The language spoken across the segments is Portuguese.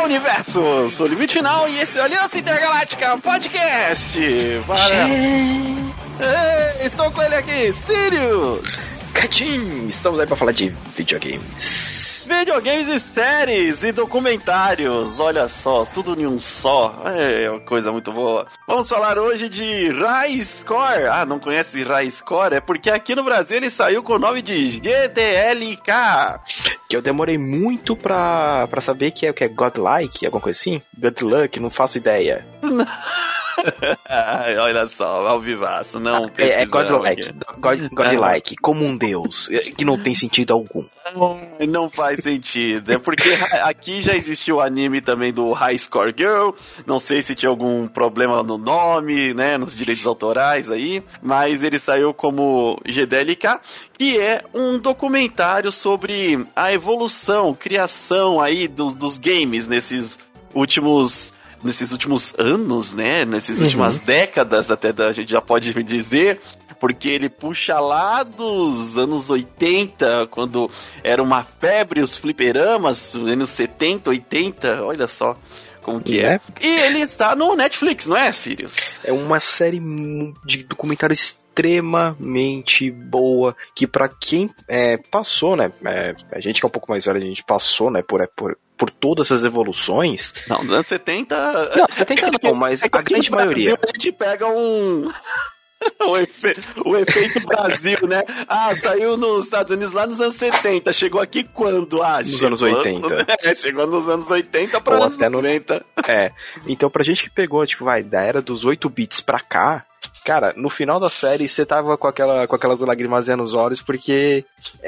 Universo, sou o Limite Final e esse é o Aliança Intergaláctica Podcast. Estou com ele aqui, Sirius. Catim, estamos aí para falar de videogames. Videogames e séries e documentários, olha só, tudo em um só, é uma coisa muito boa. Vamos falar hoje de Raiscore. Ah, não conhece Raiscore? É porque aqui no Brasil ele saiu com o nome de GDLK. Que eu demorei muito pra saber que é o que é Godlike, alguma coisa assim? Good Luck, não faço ideia. Olha só, ao vivaço, não. É Godlike, Godlike, como um deus, que não tem sentido algum. Não faz sentido, é porque aqui já existiu o anime também do High Score Girl, não sei se tinha algum problema no nome, né, nos direitos autorais aí, mas ele saiu como GDLK, que é um documentário sobre a evolução, criação aí dos games nesses últimos anos, né? Nessas últimas décadas, até a gente já pode dizer, porque ele puxa lá dos anos 80, quando era uma febre os fliperamas, anos 70, 80, olha só como que é. E ele está no Netflix, não é, Sirius? É uma série de documentário extremamente boa, que pra quem passou, né, a gente que é um pouco mais velho, a gente passou, né, por todas as evoluções. Não, nos anos 70... Não, 70 não, mas a grande maioria. A gente pega o efeito Brasil, né? Ah, saiu nos Estados Unidos lá nos anos 70. Chegou aqui quando? Nos anos 80. Chegou nos anos 80 para os anos 90. Então pra gente que pegou, tipo, da era dos 8 bits pra cá, cara, no final da série você tava com aquelas lágrimas nos olhos, porque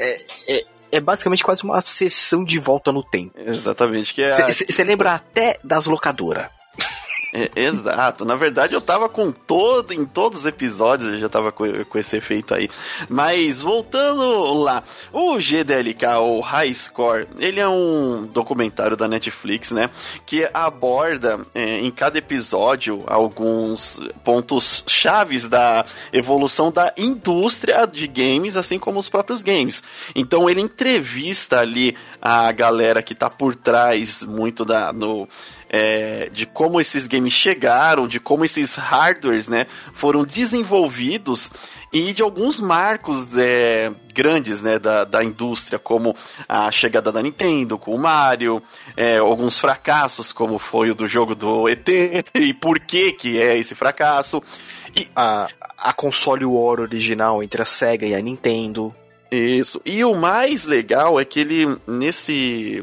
é basicamente quase uma sessão de volta no tempo. Exatamente. Você lembra até das locadoras. Exato, na verdade eu tava em todos os episódios eu já tava com esse efeito aí, mas voltando lá, o GDLK, o High Score, ele é um documentário da Netflix, né, que aborda em cada episódio alguns pontos chaves da evolução da indústria de games, assim como os próprios games. Então ele entrevista ali a galera que tá por trás muito de como esses games chegaram, de como esses hardwares, né, foram desenvolvidos e de alguns marcos grandes, né, da indústria, como a chegada da Nintendo com o Mario, alguns fracassos, como foi o do jogo do ET, e por que é esse fracasso. E a console War original entre a Sega e a Nintendo. Isso, e o mais legal é que ele, nesse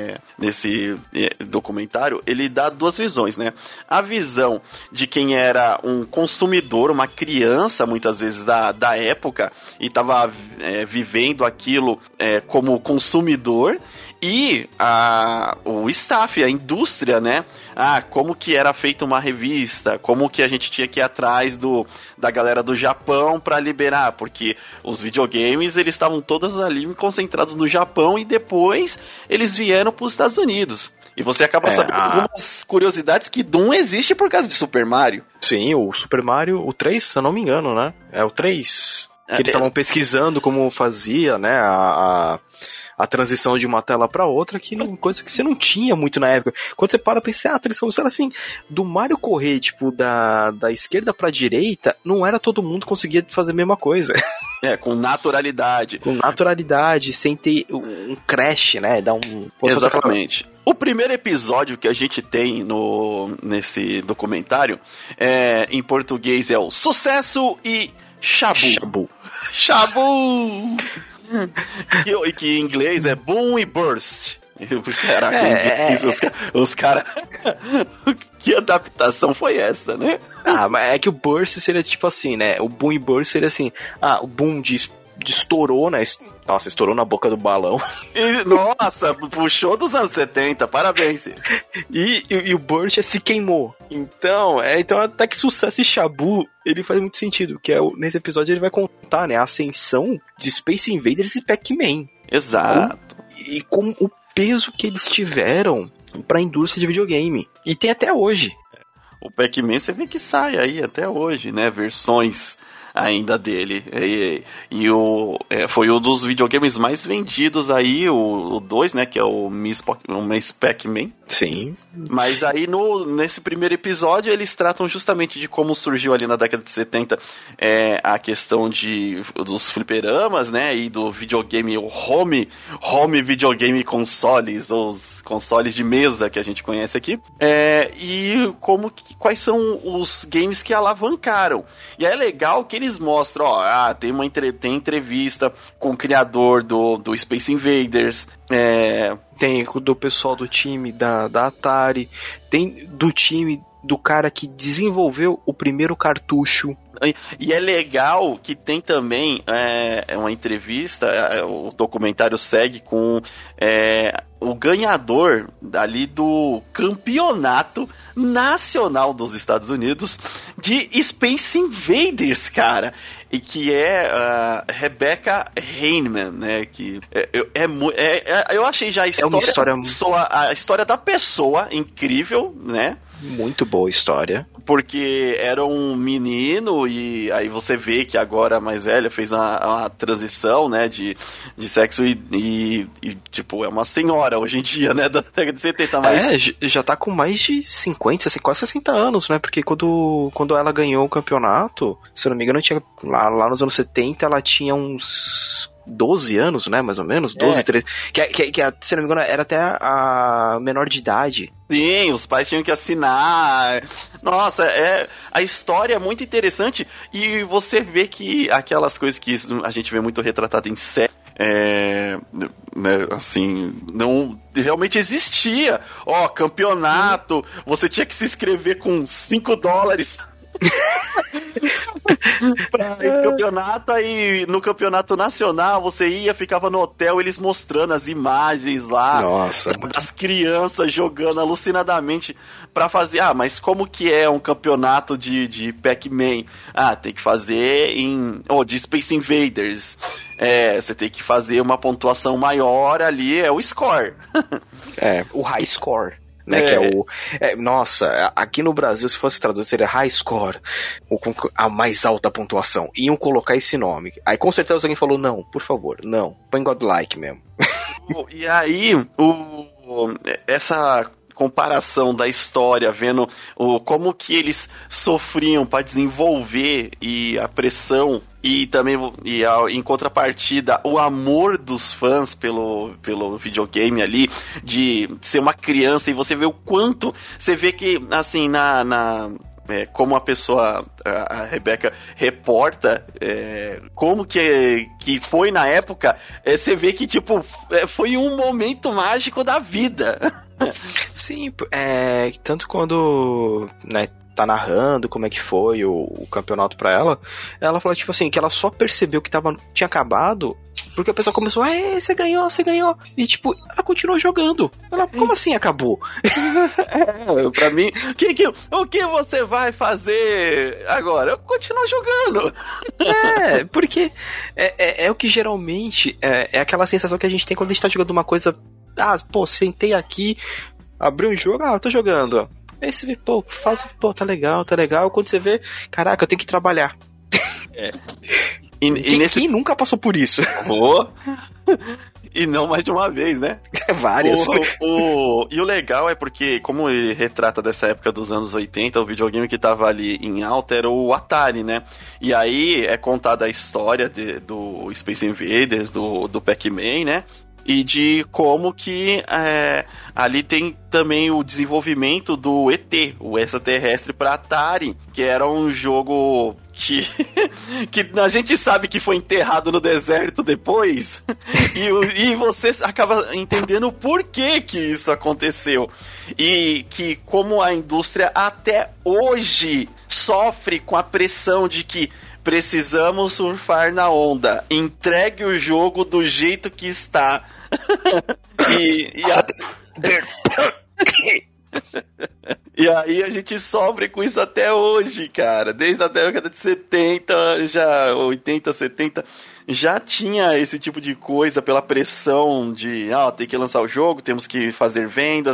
documentário, ele dá duas visões, né? A visão de quem era um consumidor, uma criança, muitas vezes, da época, e estava vivendo aquilo como consumidor, e o staff, a indústria, né? Como que era feita uma revista, como que a gente tinha que ir atrás da galera do Japão para liberar, porque os videogames, eles estavam todos ali concentrados no Japão e depois eles vieram para os Estados Unidos. E você acaba sabendo algumas curiosidades que Doom existe por causa de Super Mario. Sim, o Super Mario, o 3, se eu não me engano, né? É o 3. Que eles estavam pesquisando como fazia, né, a transição de uma tela para outra, coisa que você não tinha muito na época. Quando você para pensar, a transição, assim, do Mario correr, tipo, da esquerda pra direita, não era todo mundo conseguia fazer a mesma coisa. Com naturalidade. Com naturalidade, sem ter um crash, né? Exatamente. O primeiro episódio que a gente tem nesse documentário, em português, é o Sucesso e Shabu. Shabu! que em inglês é Boom e Burst. Caraca, os caras... Que adaptação foi essa, né? Mas é que o Burst seria tipo assim, né? O Boom e Burst seria assim... o Boom estourou, né? Nossa, estourou na boca do balão. Nossa, puxou dos anos 70, parabéns. E o Burst se queimou. Então até que Sucesso e Shabu, ele faz muito sentido, que nesse episódio ele vai contar, né, a ascensão de Space Invaders e Pac-Man. Exato. E com o peso que eles tiveram pra indústria de videogame. E tem até hoje. O Pac-Man você vê que sai aí até hoje, né, versões ainda dele. Foi um dos videogames mais vendidos aí, o 2, né? Que é o Miss Pac-Man. Sim. Mas aí nesse primeiro episódio eles tratam justamente de como surgiu ali na década de 70 a questão dos fliperamas, né? E do videogame, o home videogame consoles, os consoles de mesa que a gente conhece aqui. E quais são os games que alavancaram. E é legal que eles mostram, tem entrevista com o criador do Space Invaders, tem do pessoal do time da Atari, tem do time do cara que desenvolveu o primeiro cartucho. E é legal que tem também uma entrevista, o documentário segue com o ganhador ali do campeonato nacional dos Estados Unidos de Space Invaders, cara. E que é Rebecca Heinemann, né? Que eu achei já a história da pessoa incrível, né? Muito boa história. Porque era um menino e aí você vê que agora a mais velha fez uma transição, né, de sexo e tipo, é uma senhora hoje em dia, né, da década de 70. Mas... já tá com mais de 50, quase 60 anos, né, porque quando ela ganhou o campeonato, se eu não me engano, tinha, lá nos anos 70, ela tinha uns 12 anos, né, mais ou menos, 12, 13, que se não me engano, era até a menor de idade. Sim, os pais tinham que assinar. Nossa, a história é muito interessante e você vê que aquelas coisas que a gente vê muito retratado em série, né, assim, não realmente existia. Campeonato, você tinha que se inscrever com $5 pra campeonato, aí no campeonato nacional você ficava no hotel, eles mostrando as imagens lá. Nossa, das crianças jogando alucinadamente pra fazer, mas como que é um campeonato de Pac-Man? Tem que fazer de Space Invaders. Você tem que fazer uma pontuação maior ali, é o score. O high score. Né, que é nossa, aqui no Brasil, se fosse traduzir, seria high score, ou com a mais alta pontuação. Iam colocar esse nome. Aí com certeza alguém falou, não, por favor, não, põe godlike mesmo. E aí, essa comparação da história, vendo como que eles sofriam para desenvolver e a pressão e também em contrapartida o amor dos fãs pelo videogame ali, de ser uma criança, e você vê o quanto, você vê que assim como a pessoa, a Rebecca, reporta como que foi na época, você vê que tipo foi um momento mágico da vida. Sim, tanto quando, né, tá narrando como é que foi o campeonato pra ela fala tipo assim, que ela só percebeu que tinha acabado porque o pessoal começou, você ganhou, e tipo, ela continuou jogando. Ela, como assim acabou? Pra mim, o que você vai fazer agora? Eu continuo jogando. Porque é o que geralmente é aquela sensação que a gente tem quando a gente tá jogando uma coisa, sentei aqui, abri um jogo, tô jogando, aí você vê, tá legal, quando você vê, caraca, eu tenho que trabalhar. Quem nunca passou por isso? E não mais de uma vez, né? Várias. E o legal é porque, como ele retrata dessa época dos anos 80, o videogame que tava ali em alta era o Atari, né? E aí é contada a história do Space Invaders, do Pac-Man, né? E de como que ali tem também o desenvolvimento do ET, o extraterrestre, para Atari, que era um jogo que a gente sabe que foi enterrado no deserto depois, e você acaba entendendo por que isso aconteceu. E que como a indústria até hoje sofre com a pressão de que precisamos surfar na onda, entregue o jogo do jeito que está. E aí a gente sofre com isso até hoje, cara. Desde a década de 70, já 80, 70, já tinha esse tipo de coisa pela pressão de tem que lançar o jogo, temos que fazer vendas,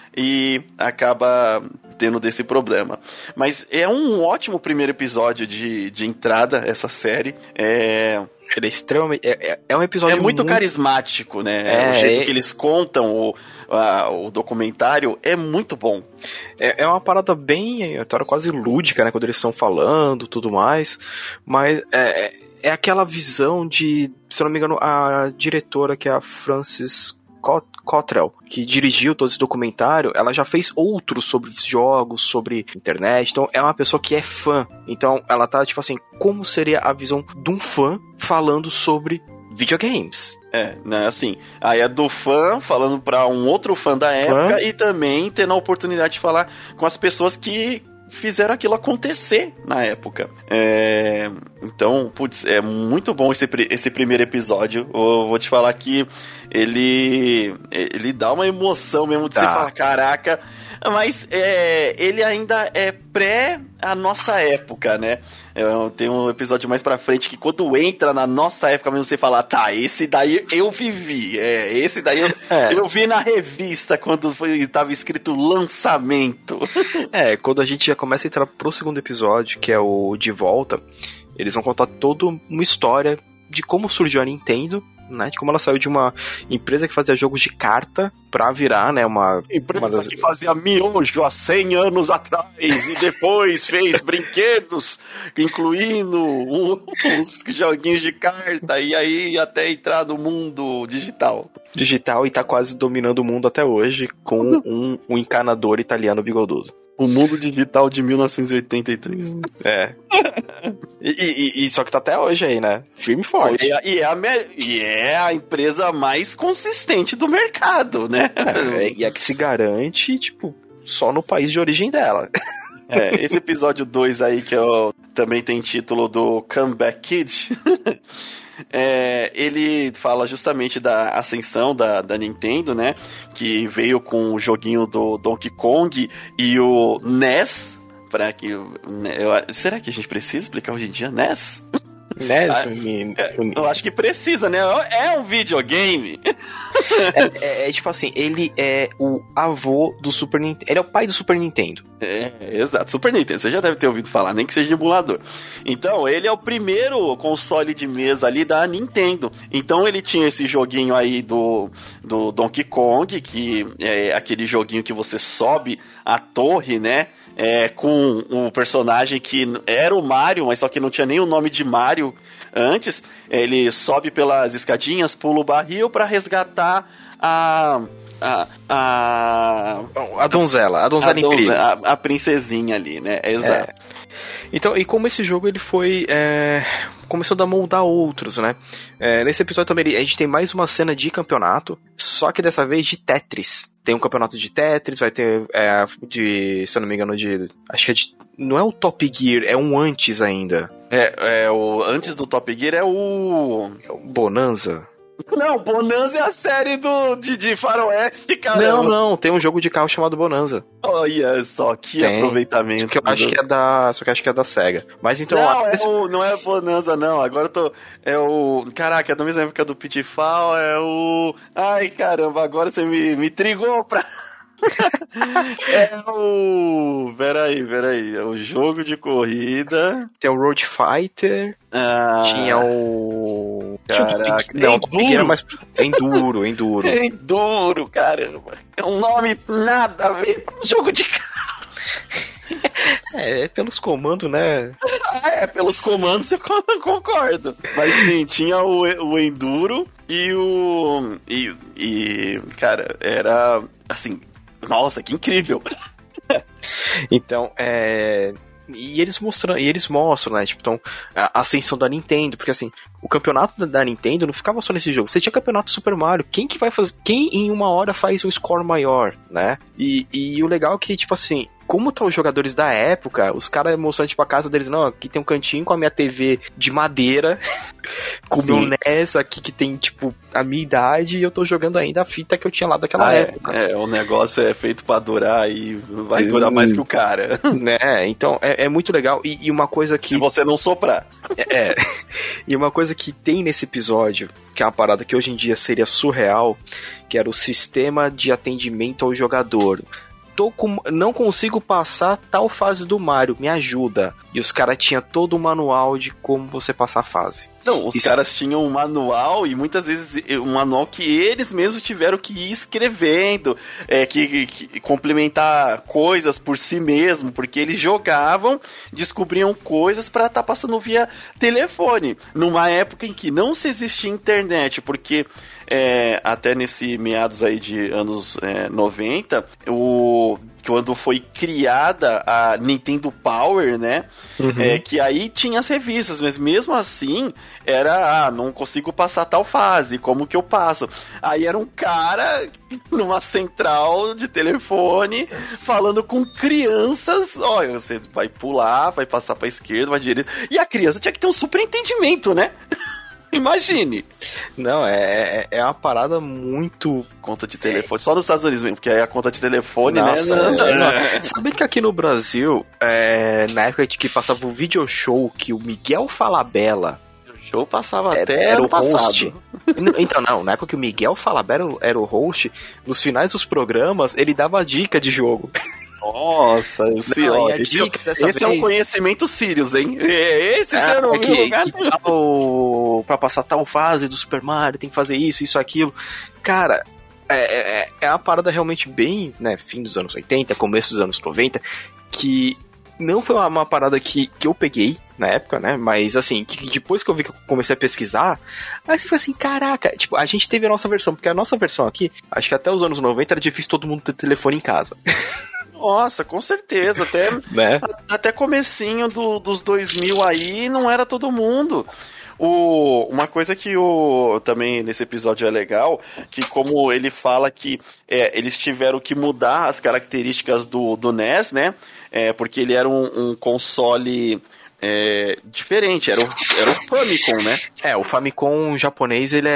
e acaba tendo desse problema. Mas é um ótimo primeiro episódio de entrada, essa série. Ele é extremamente... É um episódio muito carismático, né? O jeito que eles contam o documentário é muito bom. É uma parada bem... uma história quase lúdica, né? Quando eles estão falando, tudo mais. Mas é aquela visão de... Se eu não me engano, a diretora, que é a Frances Cottrell, que dirigiu todo esse documentário, ela já fez outros sobre jogos, sobre internet, então é uma pessoa que é fã, então ela tá tipo assim, como seria a visão de um fã falando sobre videogames? Né, assim, aí é do fã falando pra um outro fã da época e também tendo a oportunidade de falar com as pessoas que fizeram aquilo acontecer na época. Então, putz, é muito bom esse primeiro episódio. Eu vou te falar que ele dá uma emoção mesmo de você falar, caraca, mas ele ainda é pré a nossa época, né? Tem um episódio mais pra frente que quando entra na nossa época mesmo, você fala, tá, esse daí eu vivi, esse daí eu vi na revista quando tava escrito lançamento. Quando a gente já começa a entrar pro segundo episódio, que é o De Volta, eles vão contar toda uma história de como surgiu a Nintendo, né, de como ela saiu de uma empresa que fazia jogos de carta pra virar, né, uma empresa que fazia miojo há 100 anos atrás e depois fez brinquedos, incluindo uns joguinhos de carta, e aí até entrar no mundo digital e tá quase dominando o mundo até hoje com um encanador italiano bigodudo. O mundo digital de 1983. E só que tá até hoje aí, né? Firme e forte. E é a empresa mais consistente do mercado, né? E é que se garante, tipo, só no país de origem dela. Esse episódio 2 aí, que também tem título do Comeback Kid... ele fala justamente da ascensão da Nintendo, né? Que veio com o joguinho do Donkey Kong e o NES. Será que a gente precisa explicar hoje em dia NES? Eu acho que precisa, né? É um videogame. Tipo assim, ele é o avô do Super Nintendo. Ele é o pai do Super Nintendo. Exato, Super Nintendo, você já deve ter ouvido falar, nem que seja de emulador. Então, ele é o primeiro console de mesa ali da Nintendo. Então, ele tinha esse joguinho aí do Donkey Kong, que é aquele joguinho que você sobe a torre, né? Com um personagem que era o Mario, mas só que não tinha nem o nome de Mario antes. Ele sobe pelas escadinhas, pula o barril pra resgatar a donzela incrível. A princesinha ali, né? Exato. Então, e como esse jogo ele foi começando a moldar outros, né? Nesse episódio também a gente tem mais uma cena de campeonato, só que dessa vez de Tetris. Tem um campeonato de Tetris, vai ter se eu não me engano, acho que não é o Top Gear, é um antes ainda. O antes do Top Gear é o Bonanza. Não, Bonanza é a série de Faroeste, cara. Não, tem um jogo de carro chamado Bonanza. Olha só, que aproveitamento. Só que eu acho que é da SEGA. Mas então... Não é Bonanza, não. Agora caraca, é da mesma época do Pitfall, ai, caramba, agora você me trigou pra... Peraí. É o jogo de corrida. Tem o Road Fighter. Tinha o... Caraca. Enduro. Enduro, caramba. É um nome nada a ver com jogo de carro. Pelos comandos, né? Pelos comandos eu concordo. Mas sim, tinha o Enduro e cara, era assim... Nossa, que incrível! Então, E eles mostram, né? Tipo, então, a ascensão da Nintendo, porque assim, o campeonato da Nintendo não ficava só nesse jogo. Você tinha campeonato Super Mario. Quem em uma hora faz um score maior, né? E o legal é que, tipo assim, como tá os jogadores da época, os caras mostrando, tipo, a casa deles, não, aqui tem um cantinho com a minha TV de madeira, com o meu NES aqui que tem, tipo, a minha idade, e eu tô jogando ainda a fita que eu tinha lá daquela época. O negócio é feito pra durar e vai durar mais que o cara. Né, então é muito legal, e uma coisa que... Se você não soprar. E uma coisa que tem nesse episódio, que é uma parada que hoje em dia seria surreal, que era o sistema de atendimento ao jogador. Não consigo passar tal fase do Mario, me ajuda. E os caras tinham todo o manual de como você passar a fase. Não, os caras tinham um manual, e muitas vezes um manual que eles mesmos tiveram que ir escrevendo, que complementar coisas por si mesmo, porque eles jogavam, descobriam coisas pra estar passando via telefone. Numa época em que não se existia internet, porque até nesse meados aí de anos 90, quando foi criada a Nintendo Power, né? Que aí tinha as revistas, mas mesmo assim era, não consigo passar tal fase, como que eu passo? Aí era um cara numa central de telefone falando com crianças, olha, você vai pular, vai passar pra esquerda, vai direita, e a criança tinha que ter um super entendimento, né? Imagine. Não, é uma parada muito... Conta de telefone, só nos Estados Unidos mesmo, porque aí a conta de telefone, nossa, né? Sabe que aqui no Brasil, na época de que passava o video show, que o Miguel Falabella... O show passava até era o host. Então, não, na época que o Miguel Falabella era o host, nos finais dos programas, ele dava dica de jogo. Nossa, esse é um conhecimento Sirius, hein? Esse você não viu lugar nenhum. Pra passar tal fase do Super Mario, tem que fazer isso, aquilo. Cara, é uma parada realmente bem, né, fim dos anos 80, começo dos anos 90, que não foi uma parada que eu peguei na época, né, mas assim, que depois que eu vi que eu comecei a pesquisar, aí você foi assim, caraca, tipo, a gente teve a nossa versão, porque a nossa versão aqui, acho que até os anos 90 era difícil todo mundo ter telefone em casa. Nossa, com certeza, até comecinho dos 2000 aí, não era todo mundo. Uma coisa que também nesse episódio é legal, que como ele fala que eles tiveram que mudar as características do NES, né? Porque ele era um console... diferente, era o Famicom, né? O Famicom japonês, ele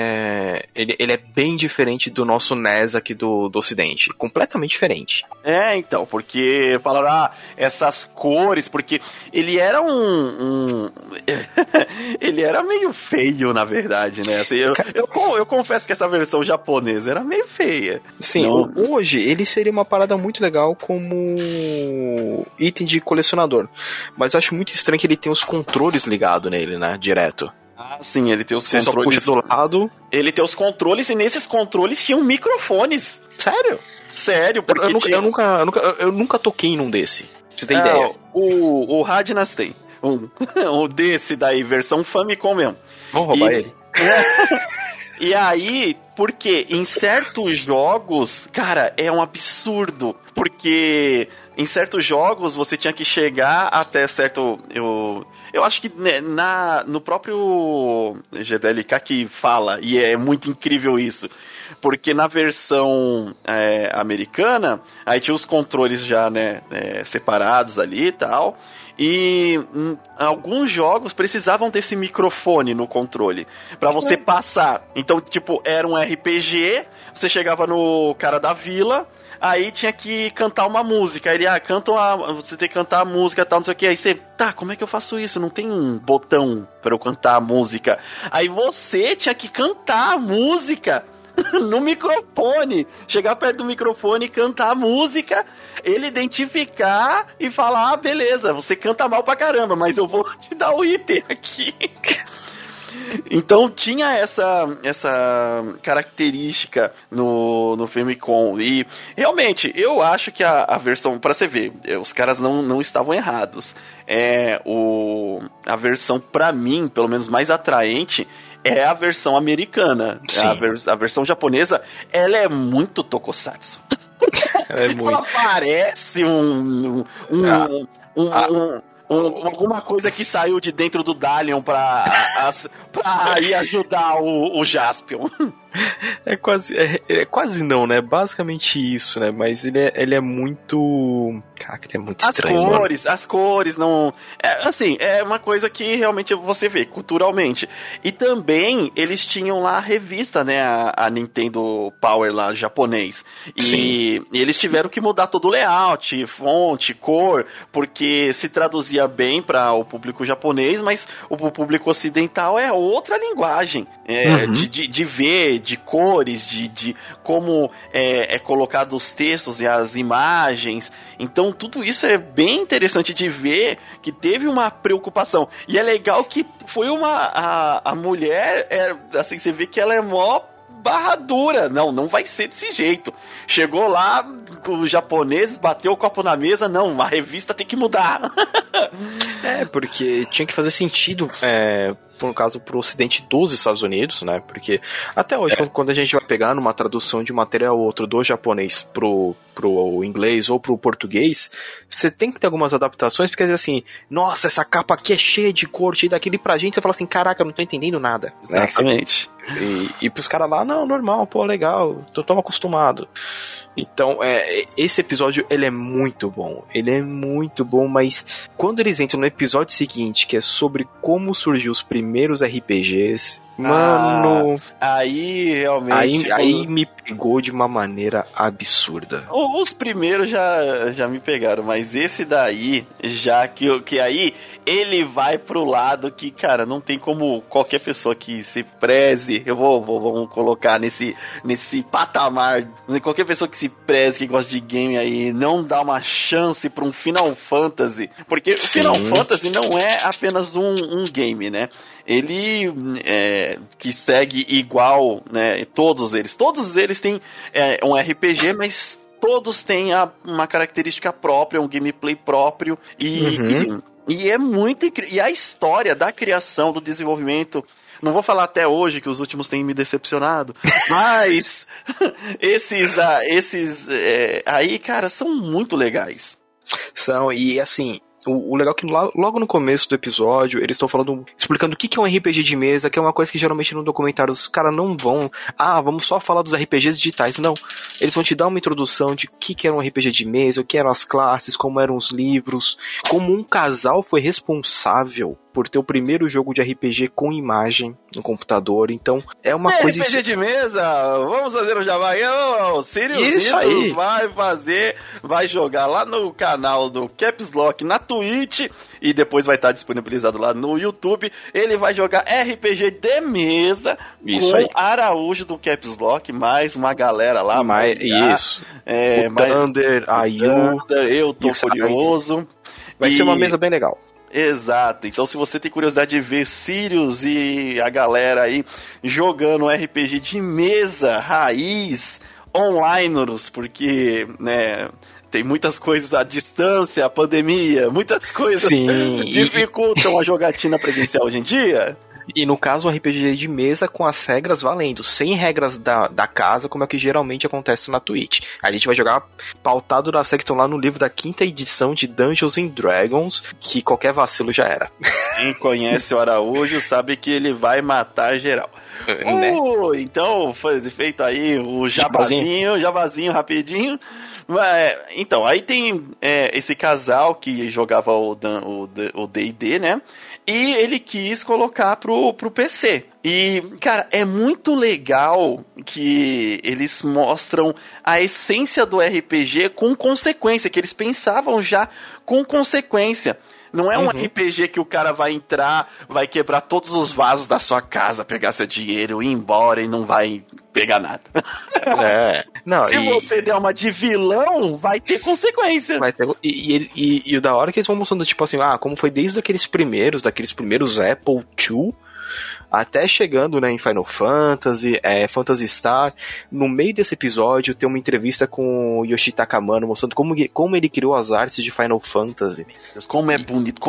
é bem diferente do nosso NES aqui do Ocidente, completamente diferente. Então, porque falaram, essas cores, porque ele era ele era meio feio, na verdade, né? Assim, eu confesso que essa versão japonesa era meio feia. Sim, hoje ele seria uma parada muito legal como item de colecionador, mas eu acho muito estranho que ele tem os controles ligados nele, né? Direto. Sim, ele tem os controles. Você só puxa do lado. Ele tem os controles, e nesses controles tinham microfones. Sério, porque eu nunca toquei num desse. Pra você ter ideia. O Radnas tem. Um desse daí, versão Famicom mesmo. Vamos roubar ele. E aí, porque em certos jogos, cara, é um absurdo. Porque em certos jogos você tinha que chegar até certo... Eu acho que no próprio GDLK que fala, e é muito incrível isso, porque na versão americana, aí tinha os controles já, né, separados ali e tal, e alguns jogos precisavam desse microfone no controle, pra você passar. Então, tipo, era um RPG, você chegava no cara da vila... Aí tinha que cantar uma música. Aí ele, você tem que cantar a música e tal, não sei o que. Aí você, como é que eu faço isso? Não tem um botão pra eu cantar a música. Aí você tinha que cantar a música no microfone. Chegar perto do microfone e cantar a música, ele identificar e falar, beleza, você canta mal pra caramba, mas eu vou te dar o item aqui. Então tinha essa característica no Famicom. E realmente, eu acho que a versão, pra você ver, os caras não estavam errados. A versão, pra mim, pelo menos mais atraente, é a versão americana. A versão japonesa, ela é muito tokusatsu. Ela parece alguma coisa que saiu de dentro do Dalion pra ir ajudar o Jaspion. É quase não, né? Basicamente isso, né? Mas ele é muito... Caraca, ele é muito estranho, As cores não... assim, é uma coisa que realmente você vê culturalmente. E também eles tinham lá a revista, né? A Nintendo Power lá, japonês. E eles tiveram que mudar todo o layout, fonte, cor, porque se traduzia bem para o público japonês, mas o público ocidental é outra linguagem. De ver, de cores, de como é colocado os textos e as imagens. Então tudo isso é bem interessante de ver que teve uma preocupação. E é legal que foi a mulher, assim, você vê que ela é mó barra dura. Não vai ser desse jeito. Chegou lá, os japoneses bateu o copo na mesa, não, a revista tem que mudar. Porque tinha que fazer sentido, por caso, pro ocidente dos Estados Unidos, né? Porque até hoje, quando a gente vai pegar numa tradução de um material ou outro do japonês pro inglês ou pro português, você tem que ter algumas adaptações, porque assim, nossa, essa capa aqui é cheia de cor, cheia daquilo, e pra gente você fala assim, caraca, eu não tô entendendo nada. Exatamente. Né? E pros caras lá, não, normal, pô, legal, tô tão acostumado. Então, esse episódio, ele é muito bom, mas quando eles entram no episódio seguinte, que é sobre como surgiu os primeiros RPGs, mano... Aí, realmente... Aí me pegou de uma maneira absurda. Os primeiros já me pegaram, mas esse daí, já que aí, ele vai pro lado que, cara, não tem como qualquer pessoa que se preze, vamos colocar nesse patamar, qualquer pessoa que se preze, que gosta de game aí, não dá uma chance pra um Final Fantasy, porque o Final Fantasy não é apenas um game, né? Ele que segue igual, né? Todos eles têm um RPG, mas todos têm uma característica própria, um gameplay próprio e é muito incrível. E a história da criação, do desenvolvimento, não vou falar até hoje que os últimos têm me decepcionado, mas esses aí, cara, são muito legais. São, e assim... O legal é que logo no começo do episódio eles estão explicando o que é um RPG de mesa, que é uma coisa que geralmente no documentário os caras não vão, vamos só falar dos RPGs digitais, não, eles vão te dar uma introdução de o que era um RPG de mesa, o que eram as classes, como eram os livros, como um casal foi responsável por ter o primeiro jogo de RPG com imagem no computador, então é uma coisa... RPG de mesa, vamos fazer um jabá, o Sirius vai jogar lá no canal do Caps Lock na Twitch, e depois vai estar disponibilizado lá no YouTube, ele vai jogar RPG de mesa com Araújo do Caps Lock, mais uma galera lá, isso. Thunder, Ayu, eu tô curioso. Vai ser uma mesa bem legal. Exato, então se você tem curiosidade de ver Sirius e a galera aí jogando RPG de mesa, raiz, onlineros, porque, né, tem muitas coisas à distância, a pandemia, muitas coisas dificultam a jogatina presencial hoje em dia. E no caso, o RPG de mesa com as regras valendo, sem regras da casa, como é que geralmente acontece na Twitch. A gente vai jogar pautado nas regras que estão lá no livro da 5ª edição de Dungeons and Dragons, que qualquer vacilo já era. Quem conhece o Araújo sabe que ele vai matar geral. Né? Então, foi feito aí o jabazinho rapidinho. Então, aí tem esse casal que jogava o D&D, né? E ele quis colocar pro PC. E, cara, é muito legal que eles mostram a essência do RPG com consequência, que eles pensavam já com consequência. Não é um RPG que o cara vai entrar, vai quebrar todos os vasos da sua casa, pegar seu dinheiro, ir embora e não vai pegar nada. Se você der uma de vilão, vai ter consequência. E o da hora é que eles vão mostrando, tipo assim, como foi desde daqueles primeiros Apple II, até chegando, né, em Final Fantasy, Phantasy Star. No meio desse episódio tem uma entrevista com o Yoshitaka Amano mostrando como ele criou as artes de Final Fantasy. Como é bonito,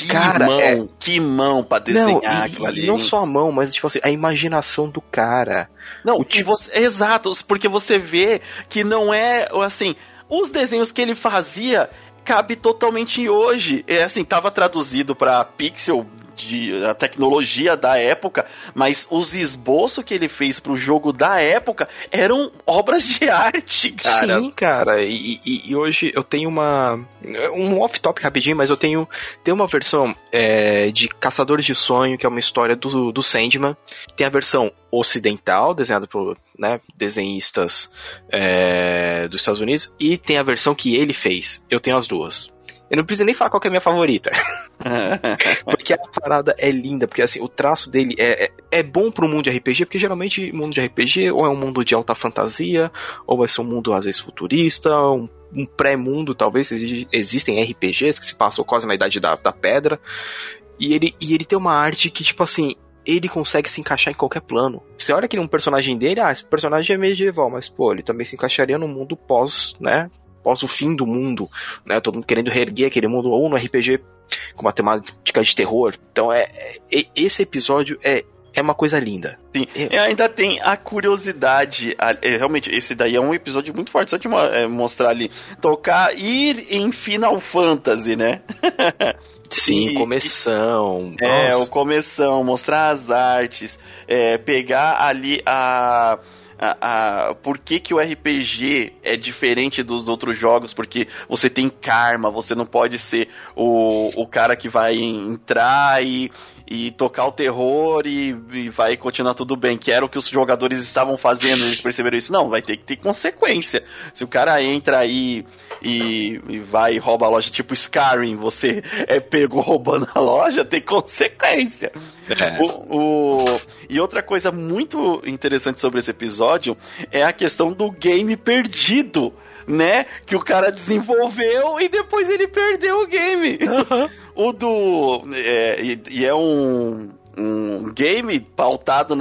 que mão pra desenhar aquilo ali. Não só a mão, mas tipo assim, a imaginação do cara. Exato, porque você vê que não é assim, os desenhos que ele fazia cabe totalmente hoje. Assim, tava traduzido pra pixel a tecnologia da época, mas os esboços que ele fez pro jogo da época eram obras de arte, cara. Sim, cara, e hoje eu tenho um off-topic rapidinho, mas eu tenho uma versão de Caçadores de Sonho, que é uma história do Sandman. Tem a versão ocidental, desenhada por desenhistas dos Estados Unidos, e tem a versão que ele fez. Eu tenho as duas. Eu não preciso nem falar qual que é a minha favorita. Porque a parada é linda, porque assim, o traço dele é bom pro mundo de RPG, porque geralmente o mundo de RPG ou é um mundo de alta fantasia, ou vai ser um mundo às vezes futurista, um pré-mundo, talvez. Existem RPGs que se passam quase na idade da pedra, e ele tem uma arte que, tipo assim, ele consegue se encaixar em qualquer plano. Você olha que um personagem dele, esse personagem é medieval, mas pô, ele também se encaixaria no mundo pós o fim do mundo, né? Todo mundo querendo reerguer aquele mundo, ou no RPG com uma temática de terror. Então, esse episódio é uma coisa linda. Sim, e ainda tem a curiosidade, realmente, esse daí é um episódio muito forte, só de mostrar ali, ir em Final Fantasy, né? Sim, começão. O começão, mostrar as artes, pegar ali por que o RPG é diferente dos outros jogos, porque você tem karma, você não pode ser o cara que vai entrar e tocar o terror e vai continuar tudo bem, que era o que os jogadores estavam fazendo, eles perceberam isso. Não, vai ter que ter consequência. Se o cara entra aí e vai e rouba a loja, tipo Skyrim, você pegou roubando a loja, tem consequência. E outra coisa muito interessante sobre esse episódio é a questão do game perdido, né? Que o cara desenvolveu e depois ele perdeu o game. É um game pautado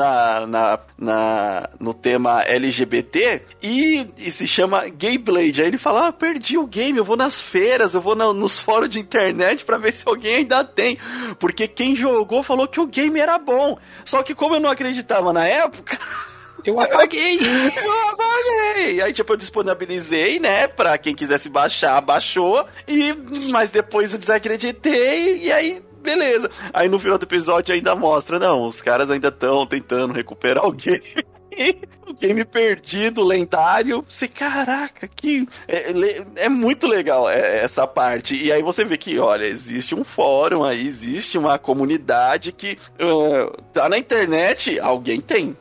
no tema LGBT e se chama Gayblade. Aí ele fala, perdi o game, eu vou nas feiras, eu vou nos fóruns de internet pra ver se alguém ainda tem, porque quem jogou falou que o game era bom, só que como eu não acreditava na época, eu apaguei. Aí, tipo, eu disponibilizei, né, pra quem quisesse baixar, baixou, mas depois eu desacreditei, e aí, beleza. Aí no final do episódio ainda mostra, não, os caras ainda estão tentando recuperar o game. O game perdido, lendário. Você, caraca, que é muito legal essa parte. E aí você vê que, olha, existe um fórum aí, existe uma comunidade que tá na internet, alguém tem.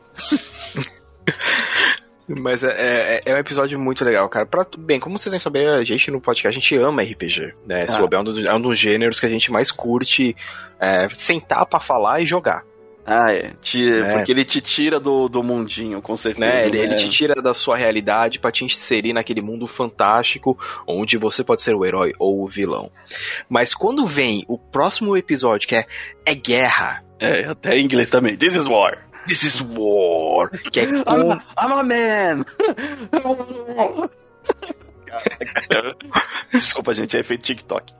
Mas é um episódio muito legal, cara. Bem, como vocês devem saber, a gente no podcast, a gente ama RPG, né? Esse é um dos gêneros que a gente mais curte sentar pra falar e jogar. Porque ele te tira do mundinho, com certeza. Né? Ele te tira da sua realidade pra te inserir naquele mundo fantástico onde você pode ser o herói ou o vilão. Mas quando vem o próximo episódio, que é guerra. Até em inglês também. This is war. This is war. Que é I'm a man. Desculpa, gente, é efeito TikTok.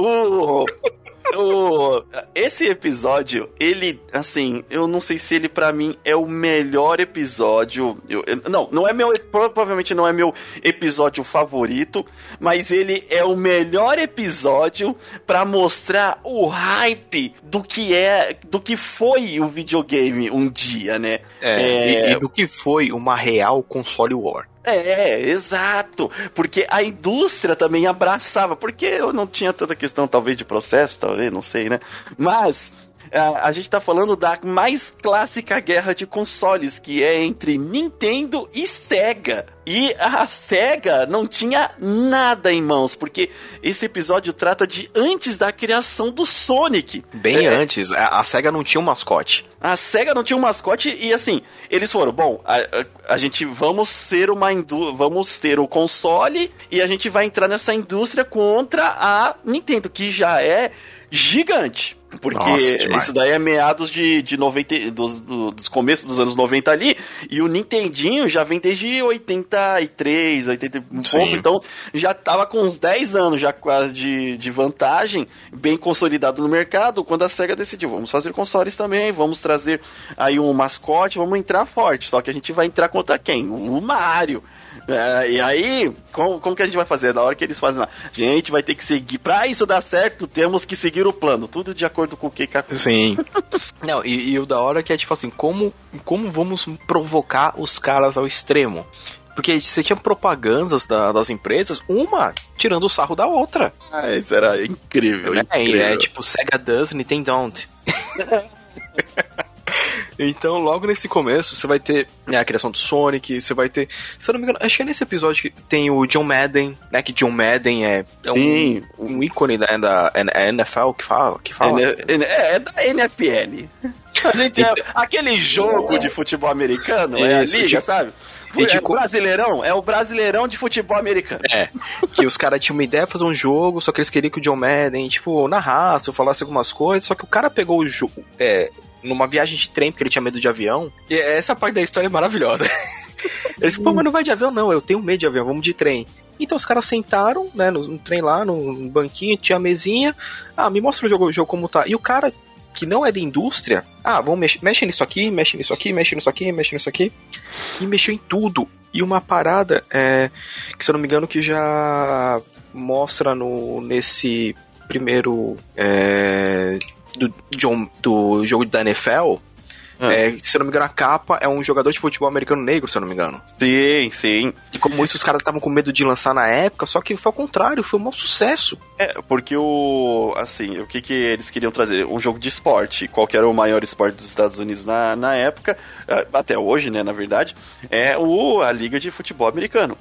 Esse episódio, ele, assim, eu não sei se ele pra mim é o melhor episódio. Provavelmente não é meu episódio favorito, mas ele é o melhor episódio pra mostrar o hype do que foi o videogame um dia, né? E do que foi uma real console war. Exato, porque a indústria também abraçava, porque eu não tinha tanta questão, talvez, de processo, talvez, não sei, né? Mas a gente tá falando da mais clássica guerra de consoles, que é entre Nintendo e Sega. E a Sega não tinha nada em mãos, porque esse episódio trata de antes da criação do Sonic. Bem antes, a Sega não tinha um mascote. A Sega não tinha um mascote e assim, eles foram, bom, a gente vamos ter o console e a gente vai entrar nessa indústria contra a Nintendo, que já é gigante. Porque isso daí é meados de 90, dos começos dos anos 90 ali, e o Nintendinho já vem desde 83, 80 e pouco, então já tava com uns 10 anos já quase de vantagem, bem consolidado no mercado, quando a SEGA decidiu, vamos fazer consoles também, vamos trazer aí um mascote, vamos entrar forte, só que a gente vai entrar contra quem? O Mario. E aí, como que a gente vai fazer? Na hora que eles fazem lá, a gente vai ter que seguir, pra isso dar certo, temos que seguir o plano, tudo de acordo acordo com o Keikaku. Sim. Não, e o da hora é que é tipo assim, como vamos provocar os caras ao extremo? Porque você tinha propagandas das empresas, uma tirando o sarro da outra. Ah, isso era incrível, incrível. É tipo, Sega does, Nintendo don't. Então, logo nesse começo, você vai ter a criação do Sonic, você vai ter... Se eu não me engano, acho que é nesse episódio que tem o John Madden, né? Que John Madden é um ícone da NFL que fala. É da NFL. A gente aquele jogo de futebol americano, é a liga, sabe? É o Brasileirão de futebol americano. Que os caras tinham uma ideia de fazer um jogo, só que eles queriam que o John Madden, tipo, narrasse ou falasse algumas coisas, só que o cara pegou o jogo... numa viagem de trem, porque ele tinha medo de avião. E essa parte da história é maravilhosa. Eles falaram, mas não vai de avião? Não, eu tenho medo de avião, vamos de trem. Então os caras sentaram, né, no trem lá, no banquinho, tinha a mesinha. Me mostra o jogo como tá. E o cara, que não é da indústria, vamos mexe nisso aqui, mexe nisso aqui, mexe nisso aqui, mexe nisso aqui. E mexeu em tudo. E uma parada, que se eu não me engano, que já mostra nesse primeiro... do jogo da NFL, se eu não me engano, a capa é um jogador de futebol americano negro, se eu não me engano. Sim. E como isso, os caras estavam com medo de lançar na época, só que foi ao contrário, foi um mau sucesso. Porque o que eles queriam trazer? Um jogo de esporte. Qual que era o maior esporte dos Estados Unidos na época, até hoje, né, na verdade, é a Liga de Futebol Americano.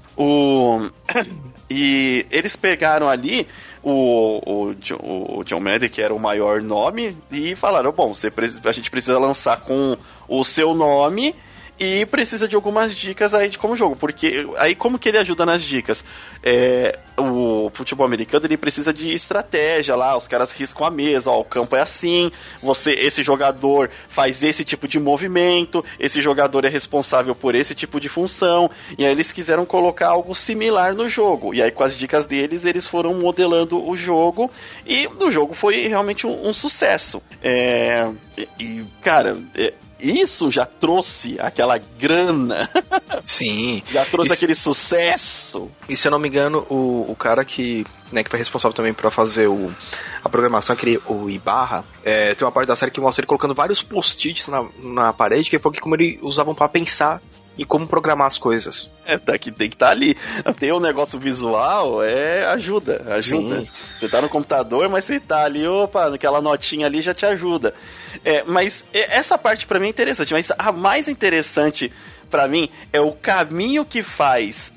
E eles pegaram ali o John Madden, que era o maior nome, e falaram, bom, a gente precisa lançar com o seu nome e precisa de algumas dicas aí de como jogo, porque aí como que ele ajuda nas dicas? O futebol americano, ele precisa de estratégia lá, os caras riscam a mesa, o campo é assim, esse jogador faz esse tipo de movimento, esse jogador é responsável por esse tipo de função, e aí eles quiseram colocar algo similar no jogo, e aí com as dicas deles, eles foram modelando o jogo, e o jogo foi realmente um sucesso. Cara... Isso já trouxe aquela grana. Sim. Já trouxe aquele sucesso. E se eu não me engano, o cara que foi responsável também pra fazer a programação, o Ibarra, tem uma parte da série que mostra ele colocando vários post-its na parede, que foi como ele usavam pra pensar e como programar as coisas. Tem que estar ali. Tem um negócio visual, ajuda. Sim. Você tá no computador, mas você tá ali, aquela notinha ali já te ajuda. Mas essa parte pra mim é interessante, mas a mais interessante pra mim é o caminho que faz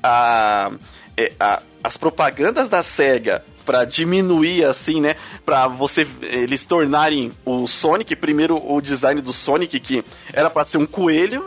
as propagandas da SEGA pra diminuir, assim, né, pra eles tornarem o Sonic, primeiro o design do Sonic, que era pra ser um coelho.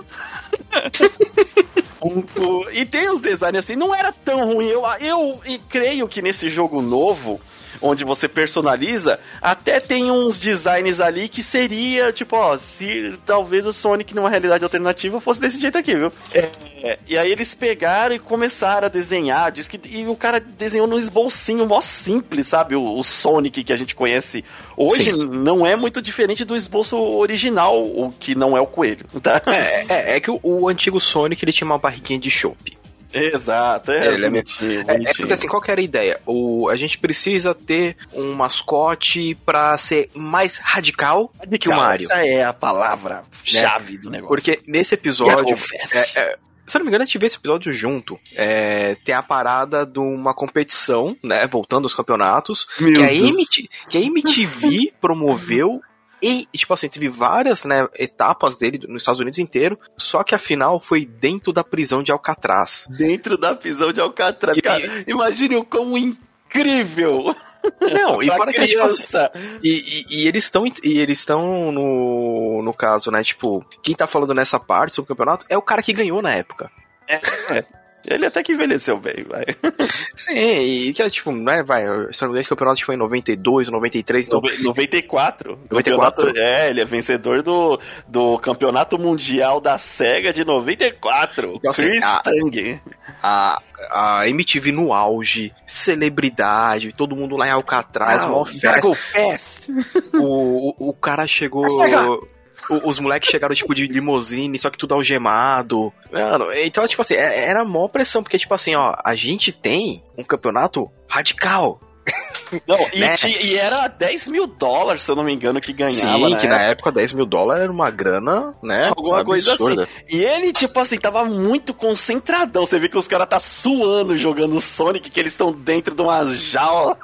E tem os designs assim, não era tão ruim. Eu creio que nesse jogo novo, onde você personaliza, até tem uns designs ali que seria, tipo, se talvez o Sonic numa realidade alternativa fosse desse jeito aqui, viu? E aí eles pegaram e começaram a desenhar, e o cara desenhou num esbocinho mó simples, sabe? O Sonic que a gente conhece hoje. Sim. Não é muito diferente do esboço original, o que não é o coelho, tá? É que o antigo Sonic, ele tinha uma barriguinha de chope. Exato, ele bonitinho. Porque assim, qual que era a ideia? A gente precisa ter um mascote pra ser mais radical que o Mario. Essa é a palavra-chave do negócio. Porque nesse episódio... se eu não me engano, a gente vê esse episódio junto. Tem a parada de uma competição, né? Voltando aos campeonatos. Que a MTV promoveu. E, tipo assim, teve várias, né, etapas dele nos Estados Unidos inteiro, só que a final foi dentro da prisão de Alcatraz. Dentro da prisão de Alcatraz, cara, imagine o quão incrível! Não, e fora que, tipo assim, e eles estão no caso, né, tipo, quem tá falando nessa parte sobre o campeonato é o cara que ganhou na época. Ele até que envelheceu bem, vai. Sim, e que é tipo, né, se não me engano, esse campeonato foi em 92, 93, então... 94. Ele é vencedor do Campeonato Mundial da SEGA de 94. Então, Chris Tang. A MTV no auge, celebridade, todo mundo lá em Alcatraz, mó festa. O cara chegou... Os moleques chegaram, tipo, de limousine, só que tudo algemado. Mano, então, tipo assim, era mó pressão, porque, tipo assim, a gente tem um campeonato radical. Não, né? e era $10.000, se eu não me engano, que ganhava. Sim, que na época $10.000 era uma grana, né? Alguma coisa absurda. assim. E ele, tipo assim, tava muito concentradão. Você vê que os caras tá suando jogando Sonic, que eles estão dentro de uma jaula.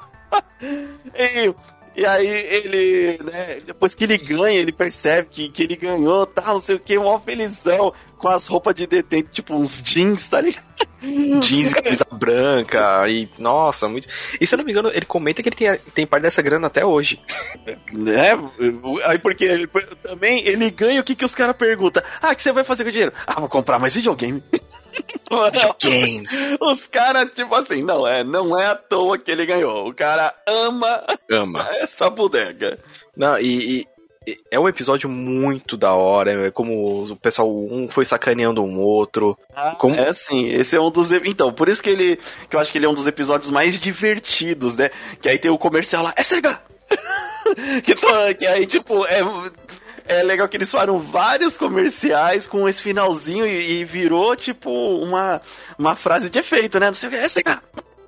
E aí ele, né, depois que ele ganha, ele percebe que ele ganhou, tal, não sei o que, mó felizão, com as roupas de detento, tipo uns jeans, tá ligado? Jeans, camisa branca, e nossa, muito. E se eu não me engano, ele comenta que ele tem parte dessa grana até hoje. É, aí porque ele, também ele ganha, o que os caras perguntam? Ah, o que você vai fazer com o dinheiro? Ah, vou comprar mais videogame. Games. Os caras, tipo assim, não é à toa que ele ganhou. O cara ama essa bodega. Não, e é um episódio muito da hora, é como o pessoal, um foi sacaneando um outro. Como... É sim, esse é um dos... Então, por isso que eu acho que ele é um dos episódios mais divertidos, né? Que aí tem o comercial lá, é Sega! que aí, tipo, é legal que eles faram vários comerciais com esse finalzinho e virou, tipo, uma frase de efeito, né? Não sei o que, é Sega!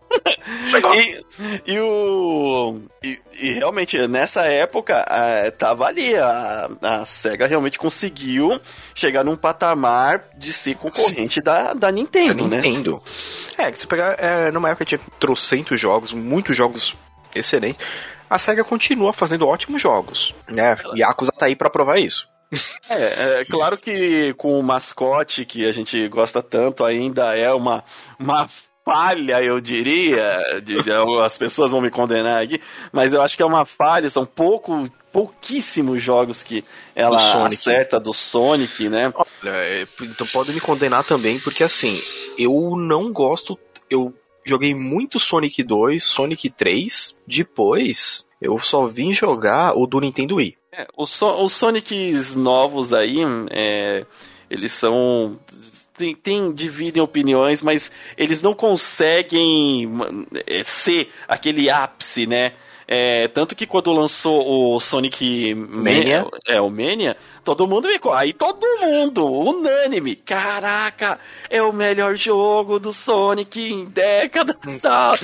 E realmente, nessa época, tava ali, a SEGA realmente conseguiu chegar num patamar de ser concorrente da Nintendo, né? Nintendo. Que se pegar, numa época tinha trocentos jogos, muitos jogos excelentes, a SEGA continua fazendo ótimos jogos, né? Yakuza tá aí pra provar isso. É claro que com o mascote que a gente gosta tanto ainda é uma falha, eu diria, as pessoas vão me condenar aqui, mas eu acho que é uma falha, são pouquíssimos jogos que ela acerta do Sonic, né? Olha, então pode me condenar também, porque assim, eu não gosto, eu joguei muito Sonic 2, Sonic 3, depois eu só vim jogar o do Nintendo Wii. Os Sonics novos aí, eles são... dividem opiniões, mas eles não conseguem ser aquele ápice, né? Tanto que quando lançou o Sonic Mania, o Mania, todo mundo ficou. Aí todo mundo, unânime. Caraca, é o melhor jogo do Sonic em décadas e tal.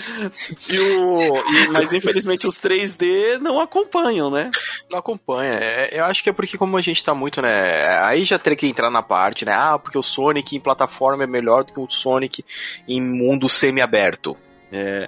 Mas infelizmente os 3D não acompanham, né? Não acompanha. Eu acho que é porque como a gente tá muito, né? Aí já teria que entrar na parte, né? Porque o Sonic em plataforma é melhor do que o Sonic em mundo semi-aberto. Né?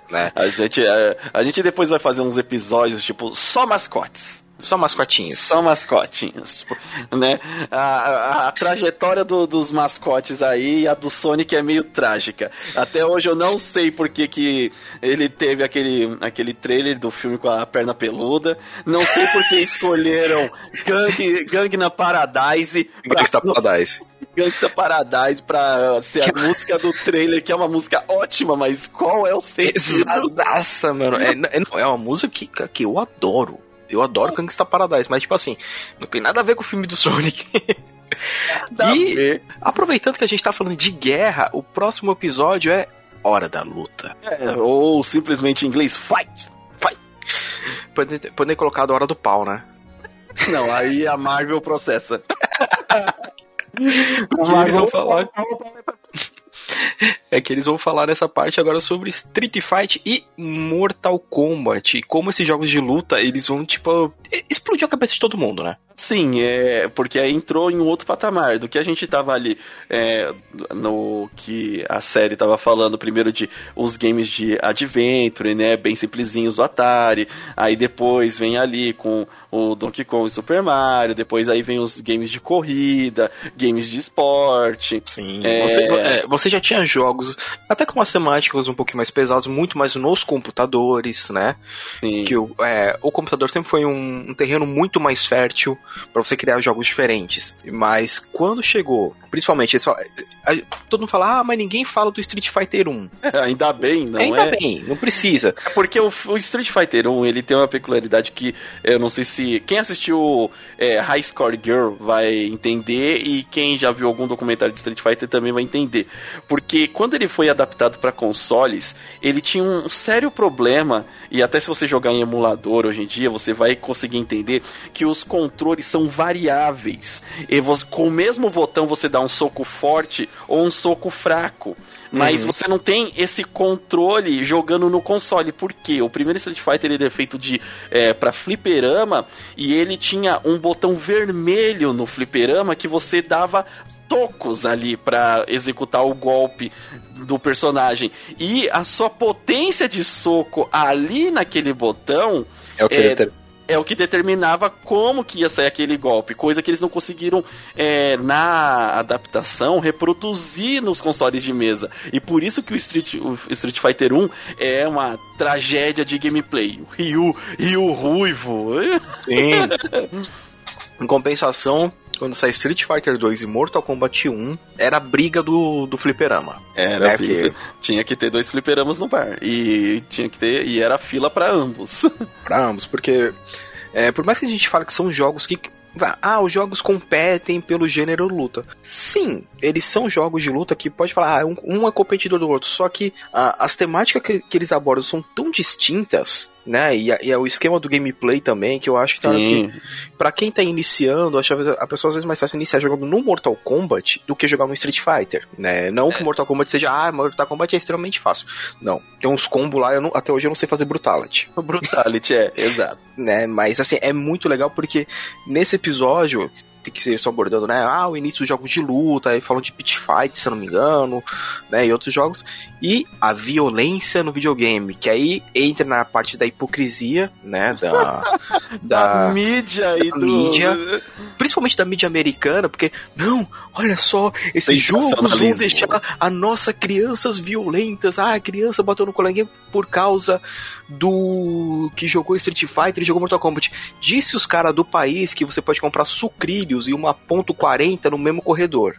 A gente depois vai fazer uns episódios, tipo, só mascotes. Só mascotinhos. Só mascotinhos, né? A trajetória dos mascotes aí e a do Sonic é meio trágica. Até hoje eu não sei por que ele teve aquele trailer do filme com a perna peluda. Não sei por que escolheram Gangnam Paradise. Gangsta Paradise pra ser a música do trailer, que é uma música ótima, mas qual é o sentido? Exadaça, mano. É uma música que eu adoro. Eu adoro Gangsta Paradise, mas tipo assim, não tem nada a ver com o filme do Sonic. E aproveitando que a gente tá falando de guerra, o próximo episódio é Hora da Luta. Ou simplesmente em inglês, Fight! Poder colocar a Hora do Pau, né? Não, aí a Marvel processa. Porque eles vão falar... que eles vão falar nessa parte agora sobre Street Fighter e Mortal Kombat. E como esses jogos de luta, eles vão, tipo, explodir a cabeça de todo mundo, né? Sim, porque aí entrou em um outro patamar do que a gente tava ali no que a série tava falando primeiro de os games de Adventure, né, bem simplesinhos do Atari, aí depois vem ali com o Donkey Kong e Super Mario, depois aí vem os games de corrida, games de esporte. Sim, você já tinha jogos até com as temáticas um pouquinho mais pesadas, muito mais nos computadores, né? Sim. Que o computador sempre foi um terreno muito mais fértil para você criar jogos diferentes. Mas quando chegou, principalmente, todo mundo fala, mas ninguém fala do Street Fighter 1. Ainda bem, não Ainda bem, não precisa. É porque o Street Fighter 1, ele tem uma peculiaridade que eu não sei se quem assistiu High Score Girl vai entender e quem já viu algum documentário de Street Fighter também vai entender. Porque quando ele foi adaptado para consoles, ele tinha um sério problema, e até se você jogar em emulador hoje em dia, você vai conseguir entender que os controles são variáveis. E com o mesmo botão você dá um soco forte ou um soco fraco. Mas você não tem esse controle jogando no console. Por quê? O primeiro Street Fighter ele é feito pra fliperama, e ele tinha um botão vermelho no fliperama que você dava tocos ali pra executar o golpe do personagem. E a sua potência de soco ali naquele botão é o que determinava como que ia sair aquele golpe, coisa que eles não conseguiram na adaptação reproduzir nos consoles de mesa. E por isso que o Street Fighter 1 é uma tragédia de gameplay. O Ryu ruivo. Sim. Em compensação, quando sai Street Fighter 2 e Mortal Kombat 1, era a briga do fliperama. Era, tinha que ter 2 fliperamas no bar. E era fila pra ambos. Pra ambos, porque por mais que a gente fale que são jogos que... os jogos competem pelo gênero luta. Sim, eles são jogos de luta que pode falar, um é competidor do outro, só que as temáticas que eles abordam são tão distintas, né? E é o esquema do gameplay também, que eu acho que pra quem tá iniciando, acho que a pessoa às vezes é mais fácil iniciar jogando no Mortal Kombat do que jogar no Street Fighter, né? Não que Mortal Kombat seja, Mortal Kombat é extremamente fácil. Não, tem uns combos lá, até hoje eu não sei fazer Brutality. Brutality, exato. Né? Mas assim, é muito legal porque nesse episódio que eles estão abordando, né? O início dos jogos de luta, aí falam de Pit Fight, se eu não me engano, né? E outros jogos. E a violência no videogame, que aí entra na parte da hipocrisia, né? Da mídia e mídia, principalmente da mídia americana, porque, não, olha só, esses jogos vão deixar a nossa crianças violentas. A criança bateu no coleguinha por causa do que jogou Street Fighter e jogou Mortal Kombat. Disse os caras do país que você pode comprar sucrilhos e uma .40 no mesmo corredor.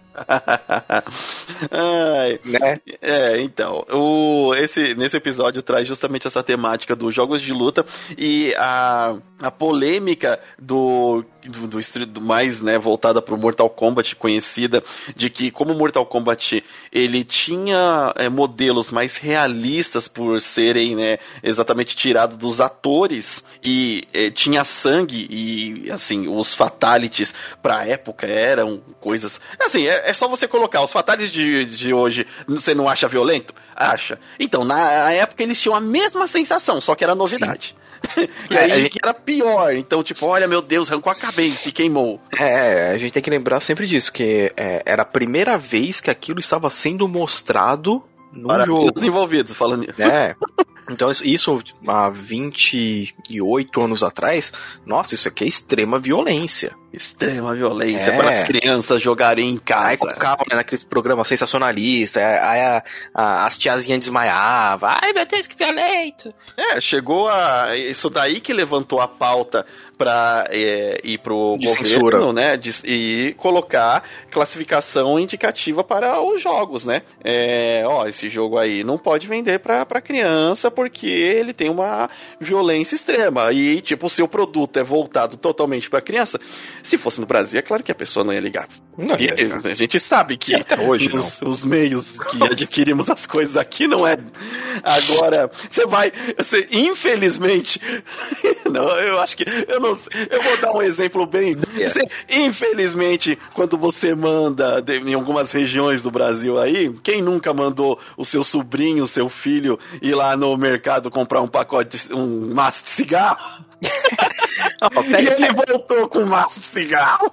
Né? Então, nesse episódio traz justamente essa temática dos jogos de luta e a polêmica do mais, né, voltada pro Mortal Kombat, conhecida, de que como Mortal Kombat ele tinha modelos mais realistas por serem, né, exatamente tirados dos atores, e tinha sangue e, assim, os fatalities pra época eram coisas, assim, é só você colocar os fatalities de hoje, você não acha violento? Acha. Então, na época eles tinham a mesma sensação, só que era novidade. E aí a gente era pior. Então, tipo, olha, meu Deus, arrancou a cabeça e queimou. A gente tem que lembrar sempre disso, que era a primeira vez que aquilo estava sendo mostrado no jogo. Os envolvidos, falando nisso. Então isso há 28 anos atrás, nossa, isso aqui é extrema violência. Extrema violência para as crianças jogarem em casa. Aí colocava, né, naqueles programas sensacionalistas, aí as tiazinhas desmaiavam. Ai, meu Deus, que violento! Chegou isso daí que levantou a pauta para ir pro de governo, censura, né, e colocar classificação indicativa para os jogos, né? Esse jogo aí não pode vender para criança porque ele tem uma violência extrema. E, tipo, o seu produto é voltado totalmente para criança. Se fosse no Brasil, é claro que a pessoa não ia ligar. A gente sabe que até hoje os meios que adquirimos as coisas aqui não é. Agora, você infelizmente, não, eu acho que eu não sei, eu vou dar um exemplo bem. Infelizmente, quando você manda em algumas regiões do Brasil aí, quem nunca mandou o seu sobrinho, o seu filho ir lá no mercado comprar um pacote, um maço de cigarro? E ele voltou com um maço de cigarro.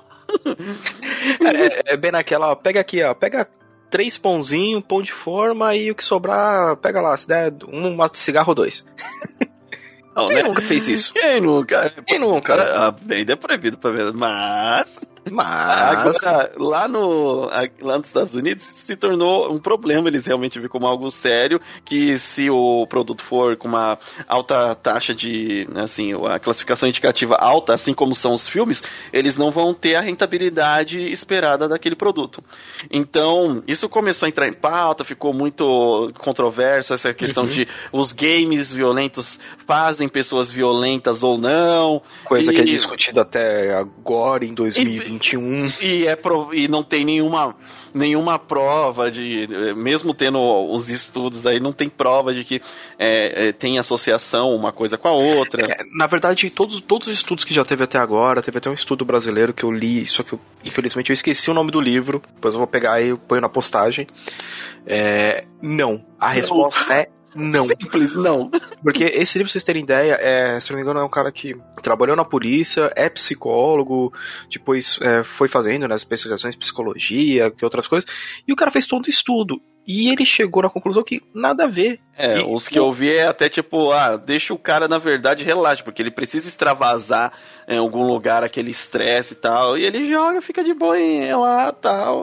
É bem naquela, pega aqui, pega 3 pãozinhos, pão de forma, e o que sobrar, pega lá, se der um maço de cigarro ou 2. Quem nunca fez isso? Quem nunca? Bem, é proibido pra ver, mas agora, lá nos Estados Unidos, isso se tornou um problema. Eles realmente viram como algo sério, que se o produto for com uma alta taxa de, assim, a classificação indicativa alta, assim como são os filmes, eles não vão ter a rentabilidade esperada daquele produto. Então, isso começou a entrar em pauta, ficou muito controverso, essa questão de os games violentos fazem pessoas violentas ou não. Coisa que é discutida até agora, em 2020. 21. E não tem nenhuma prova de... Mesmo tendo os estudos aí, não tem prova de que tem associação uma coisa com a outra. Na verdade, todos os estudos que já teve até agora, teve até um estudo brasileiro que eu li, só que infelizmente eu esqueci o nome do livro, depois eu vou pegar e ponho na postagem. Não. A resposta é não. Simples, não. Porque esse livro, pra vocês terem ideia, se não me engano, é um cara que trabalhou na polícia, é psicólogo, depois foi fazendo nas especializações em psicologia, que outras coisas, e o cara fez todo o estudo. E ele chegou na conclusão que nada a ver. Os que eu vi é até tipo, deixa o cara, na verdade, relaxa, porque ele precisa extravasar em algum lugar aquele estresse e tal, e ele joga, fica de boinha lá e tal.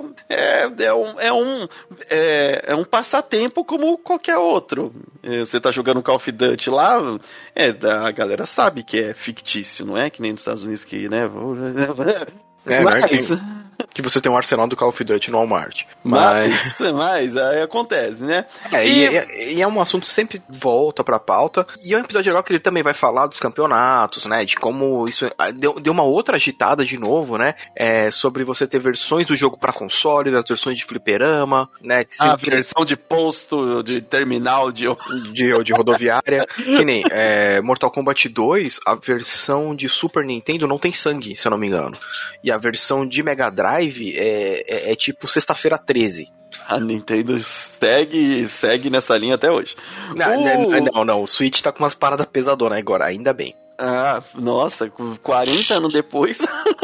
É um passatempo como qualquer outro. Você tá jogando Call of Duty lá, a galera sabe que é fictício, não é? Que nem nos Estados Unidos que, né? Mas... que você tem um arsenal do Call of Duty no Walmart. Mas aí acontece, né? E é um assunto que sempre volta pra pauta. E é um episódio legal que ele também vai falar dos campeonatos, né? De como isso deu uma outra agitada de novo, né? Sobre você ter versões do jogo pra console, as versões de fliperama, né? Versão de posto, de terminal, de rodoviária. Que nem Mortal Kombat 2, a versão de Super Nintendo não tem sangue, se eu não me engano. E a versão de Mega Drive é tipo sexta-feira 13. A Nintendo segue nessa linha até hoje. Não, o Switch tá com umas paradas pesadonas agora, ainda bem. Nossa, 40 anos depois.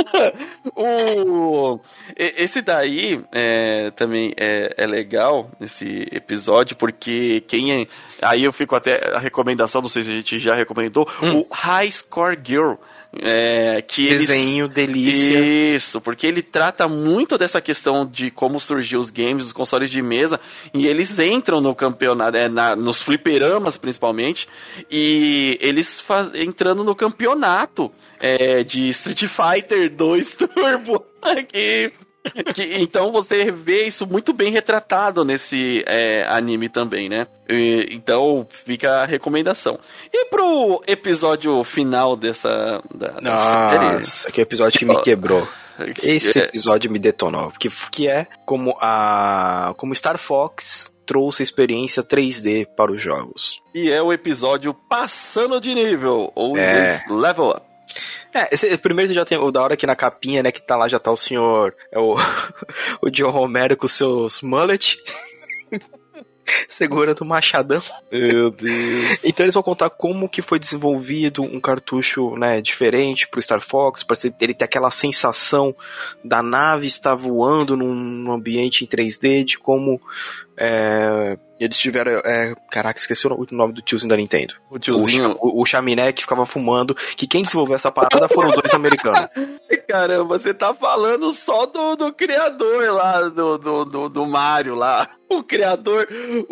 Esse daí também é legal, esse episódio, porque aí eu fico até a recomendação, não sei se a gente já recomendou, o High Score Girl. Desenho delícia. Isso, porque ele trata muito dessa questão de como surgiu os games, os consoles de mesa, e eles entram no campeonato, nos fliperamas principalmente, e eles entrando no campeonato de Street Fighter 2 Turbo, então você vê isso muito bem retratado nesse anime também, né? Então fica a recomendação. E pro episódio final dessa série... Nossa, que episódio que me quebrou. Esse episódio me detonou. Que é como Star Fox trouxe experiência 3D para os jogos. E é o episódio Passando de Nível, ou Level Up. Esse primeiro já tem o da hora que na capinha, né, que tá lá, já tá o senhor, o John Romero com seus mullet, segurando o machadão. Meu Deus. Então eles vão contar como que foi desenvolvido um cartucho, né, diferente pro Star Fox, pra ele ter aquela sensação da nave estar voando num ambiente em 3D, de como eles tiveram... caraca, esqueci o nome do tiozinho da Nintendo. O tiozinho... O chaminé que ficava fumando, que quem desenvolveu essa parada foram os dois americanos. Caramba, você tá falando só do criador lá, do Mario lá. O criador,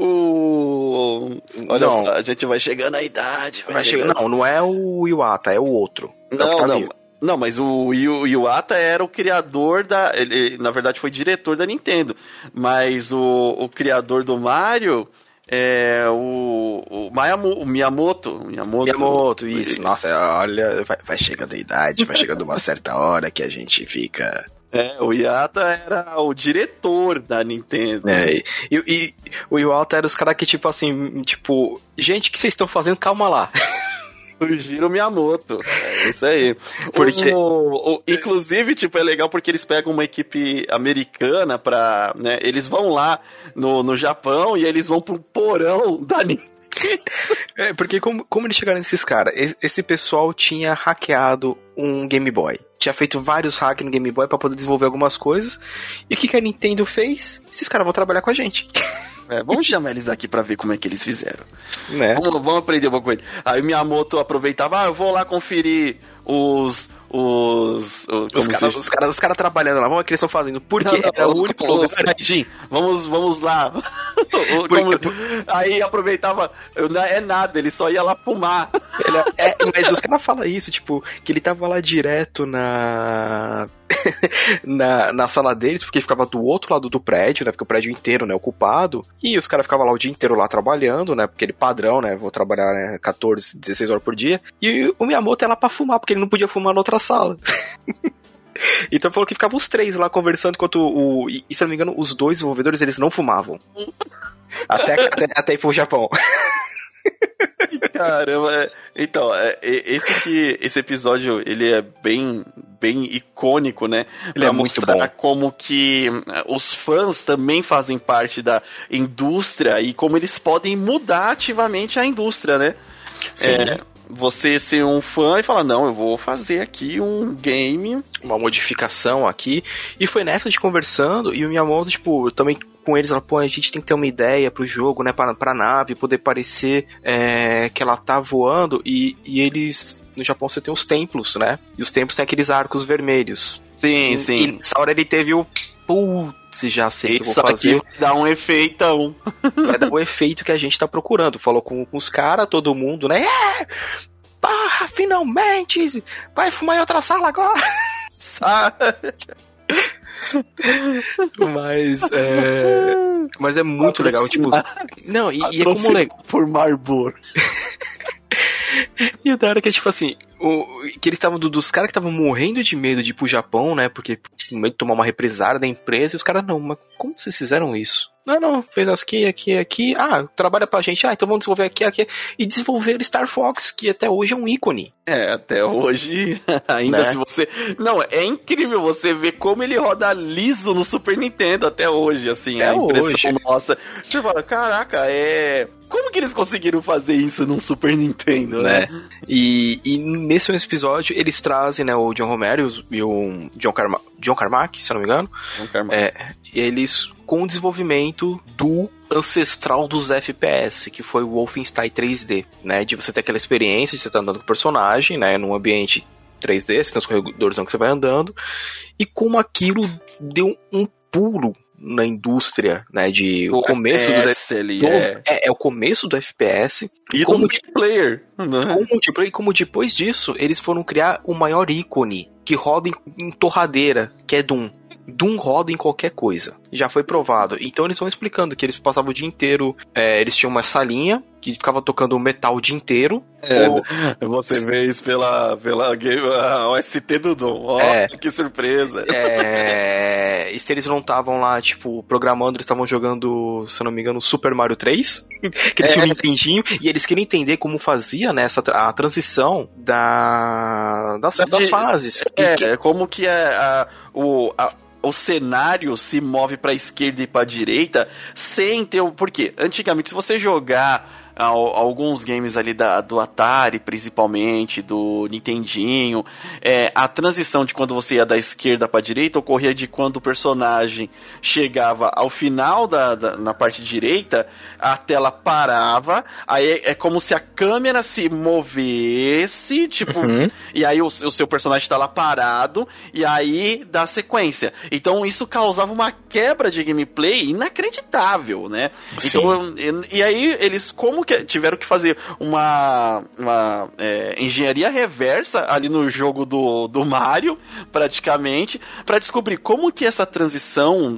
Olha só, a gente vai chegando à idade. Não é o Iwata, é o outro. Não, mas o Iwata era o criador ele, na verdade, foi diretor da Nintendo. Mas o criador do Mario é o Miyamoto. Miyamoto, isso. Nossa, olha, vai chegando a idade, vai chegando uma certa hora que a gente fica... O Iwata era o diretor da Nintendo. E o Iwata era os caras que, tipo assim, gente, o que vocês estão fazendo? Calma lá. O Jiro Miyamoto. É isso aí. Porque... inclusive, é legal porque eles pegam uma equipe americana pra... né, eles vão lá no Japão e eles vão pro porão da Nintendo. Porque como eles chegaram nesses caras? Esse pessoal tinha hackeado um Game Boy. Tinha feito vários hacks no Game Boy pra poder desenvolver algumas coisas. E o que a Nintendo fez? Esses caras vão trabalhar com a gente. Vamos chamar eles aqui pra ver como é que eles fizeram. Vamos aprender um pouco com ele. Aí o Miyamoto aproveitava, eu vou lá conferir os caras trabalhando lá, vamos ver o que eles estão fazendo. Porque era o único lugar. Vamos lá. Aí aproveitava, nada, ele só ia lá fumar. Mas os caras falam isso, que ele tava lá direto na sala deles, porque ele ficava do outro lado do prédio, né? Porque o prédio inteiro, né, ocupado. E os caras ficavam lá o dia inteiro lá trabalhando, né? Porque ele padrão, né? Vou trabalhar, né, 14, 16 horas por dia. E o Miyamoto é lá pra fumar, porque ele não podia fumar na outra sala. Então falou que ficavam os três lá conversando enquanto e se eu não me engano, os dois desenvolvedores, eles não fumavam. Até ir pro Japão. Caramba, então, esse episódio, ele é bem icônico, né? Ele é muito bom. Como que os fãs também fazem parte da indústria e como eles podem mudar ativamente a indústria, né? Sim. Você ser um fã e falar, não, eu vou fazer aqui um game... Uma modificação aqui. E foi nessa de conversando, e o Miyamoto, tipo, também com eles, ela, pô, a gente tem que ter uma ideia pro jogo, né, pra nave, poder parecer que ela tá voando, e eles... No Japão você tem os templos, né? E os templos têm aqueles arcos vermelhos. Sim, sim. E nessa hora ele teve o... Putz, já sei o que eu vou fazer. Aqui vai dar um efeitão. Vai dar o efeito que a gente tá procurando. Falou com os caras, todo mundo, né? Porra, finalmente! Vai fumar em outra sala agora! Mas é muito legal, tipo... Não, e é como legal... Por Marlboro. E o da hora que é tipo assim, que eles estavam dos caras que estavam morrendo de medo de ir pro Japão, né? Porque com medo de tomar uma represária da empresa, e os caras, não, mas como vocês fizeram isso? Não, fez aqui. Ah, trabalha pra gente. Ah, então vamos desenvolver aqui. E desenvolver Star Fox, que até hoje é um ícone. Até hoje, ainda, né? Se você... Não, é incrível você ver como ele roda liso no Super Nintendo até hoje, assim, a impressão nossa. Você fala, caraca, como que eles conseguiram fazer isso num Super Nintendo, né? E nesse episódio, eles trazem, né, o John Romero e o John Carmack, se eu não me engano. John Carmack. Eles com o desenvolvimento do ancestral dos FPS, que foi o Wolfenstein 3D, né? De você ter aquela experiência de você estar andando com o personagem, né? Num ambiente 3D, assim, nos corredores que você vai andando, e como aquilo deu um pulo na indústria, né, o começo o começo do FPS e como multiplayer. Como depois disso eles foram criar o maior ícone que roda em torradeira, que é Doom. Doom roda em qualquer coisa. Já foi provado. Então eles vão explicando que eles passavam o dia inteiro, eles tinham uma salinha que ficava tocando metal o dia inteiro. Você vê isso pela OST do Doom. Que surpresa. E se eles não estavam lá, tipo, programando, eles estavam jogando, se eu não me engano, Super Mario 3, que eles tinham um Nintendinho, e eles queriam entender como fazia, né, a transição das fases. Como que o cenário se move pra esquerda e pra direita sem ter o... Por quê? Antigamente, se você jogar alguns games ali do Atari, principalmente, do Nintendinho, a transição de quando você ia da esquerda pra direita ocorria de quando o personagem chegava ao final na parte direita, a tela parava, aí é como se a câmera se movesse, tipo, e aí o seu personagem tá lá parado, e aí dá sequência. Então isso causava uma quebra de gameplay inacreditável, né? Sim. Então, e aí eles tiveram que fazer uma engenharia reversa ali no jogo do Mario, praticamente, para descobrir como que essa transição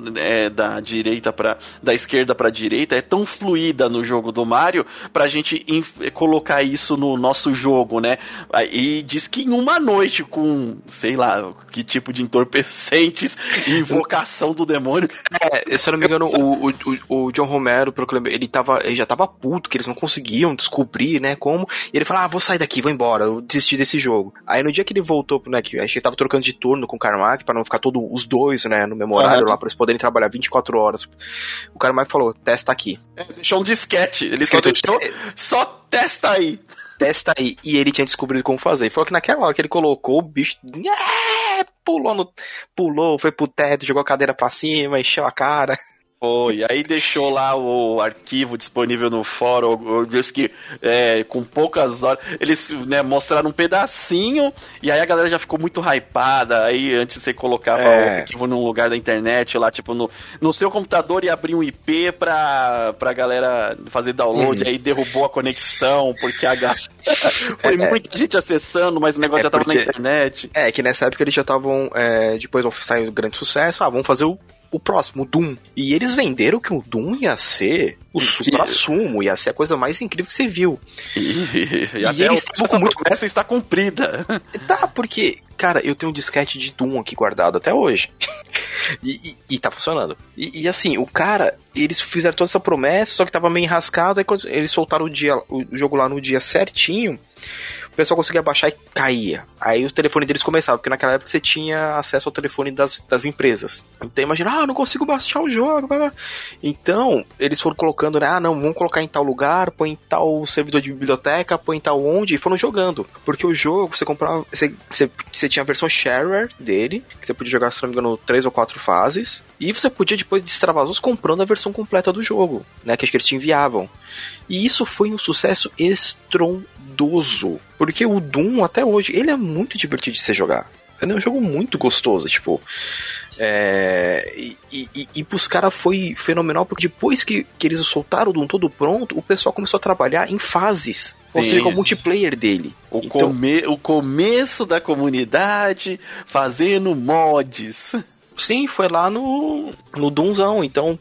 da esquerda para direita é tão fluida no jogo do Mario, pra gente colocar isso no nosso jogo, né? E diz que em uma noite com, sei lá, que tipo de entorpecentes e invocação do demônio. Se eu não me engano, o John Romero, pelo que eu lembro, ele já tava puto, que eles não conseguiam descobrir, né, como, e ele falou, vou sair daqui, vou embora, eu desisti desse jogo. Aí no dia que ele voltou, né, que acho que ele tava trocando de turno com o Carmack, pra não ficar os dois, né, no mesmo horário lá, pra eles poderem trabalhar 24 horas, o Carmack falou, testa aqui. Deixou um disquete, ele só deixou, só testa aí. Testa aí. E ele tinha descobrido como fazer. E falou que naquela hora que ele colocou, o bicho pulou, foi pro teto, jogou a cadeira pra cima, encheu a cara. Foi, aí deixou lá o arquivo disponível no fórum, disse que com poucas horas, eles, né, mostraram um pedacinho, e aí a galera já ficou muito hypada, aí antes você colocava o arquivo num lugar da internet, lá tipo no seu computador e abrir um IP pra galera fazer download, aí derrubou a conexão, porque foi muita gente acessando, mas o negócio já tava na internet. Que nessa época eles já estavam, depois do Wolfenstein, grande sucesso, vamos fazer o próximo, o Doom. E eles venderam que o Doom ia ser o supra-sumo, ia ser a coisa mais incrível que você viu. E até essa promessa está cumprida. Tá, porque Cara, eu tenho um disquete de Doom aqui guardado até hoje. E tá funcionando. E assim, o cara, eles fizeram toda essa promessa, só que tava meio enrascado. Aí quando eles soltaram o jogo lá no dia certinho, o pessoal conseguia baixar e caía. Aí o telefone deles começava, porque naquela época você tinha acesso ao telefone das empresas. Então imagina, não consigo baixar o jogo. Blá, blá. Então, eles foram colocando, né? Não, vamos colocar em tal lugar, põe em tal servidor de biblioteca, põe em tal onde, e foram jogando. Porque o jogo, você comprava, você tinha a versão shareware dele, que você podia jogar, se não me engano, 3 ou 4 fases, e você podia depois destravar os comprando a versão completa do jogo, né? Que acho que eles te enviavam. E isso foi um sucesso estrondoso. Porque o Doom, até hoje, ele é muito divertido de se jogar. É um jogo muito gostoso, tipo... E pros caras foi fenomenal, porque depois que eles soltaram o Doom todo pronto, o pessoal começou a trabalhar em fases. Ou seja, com o multiplayer dele. O começo da comunidade fazendo mods. Sim, foi lá no Doomzão. Então,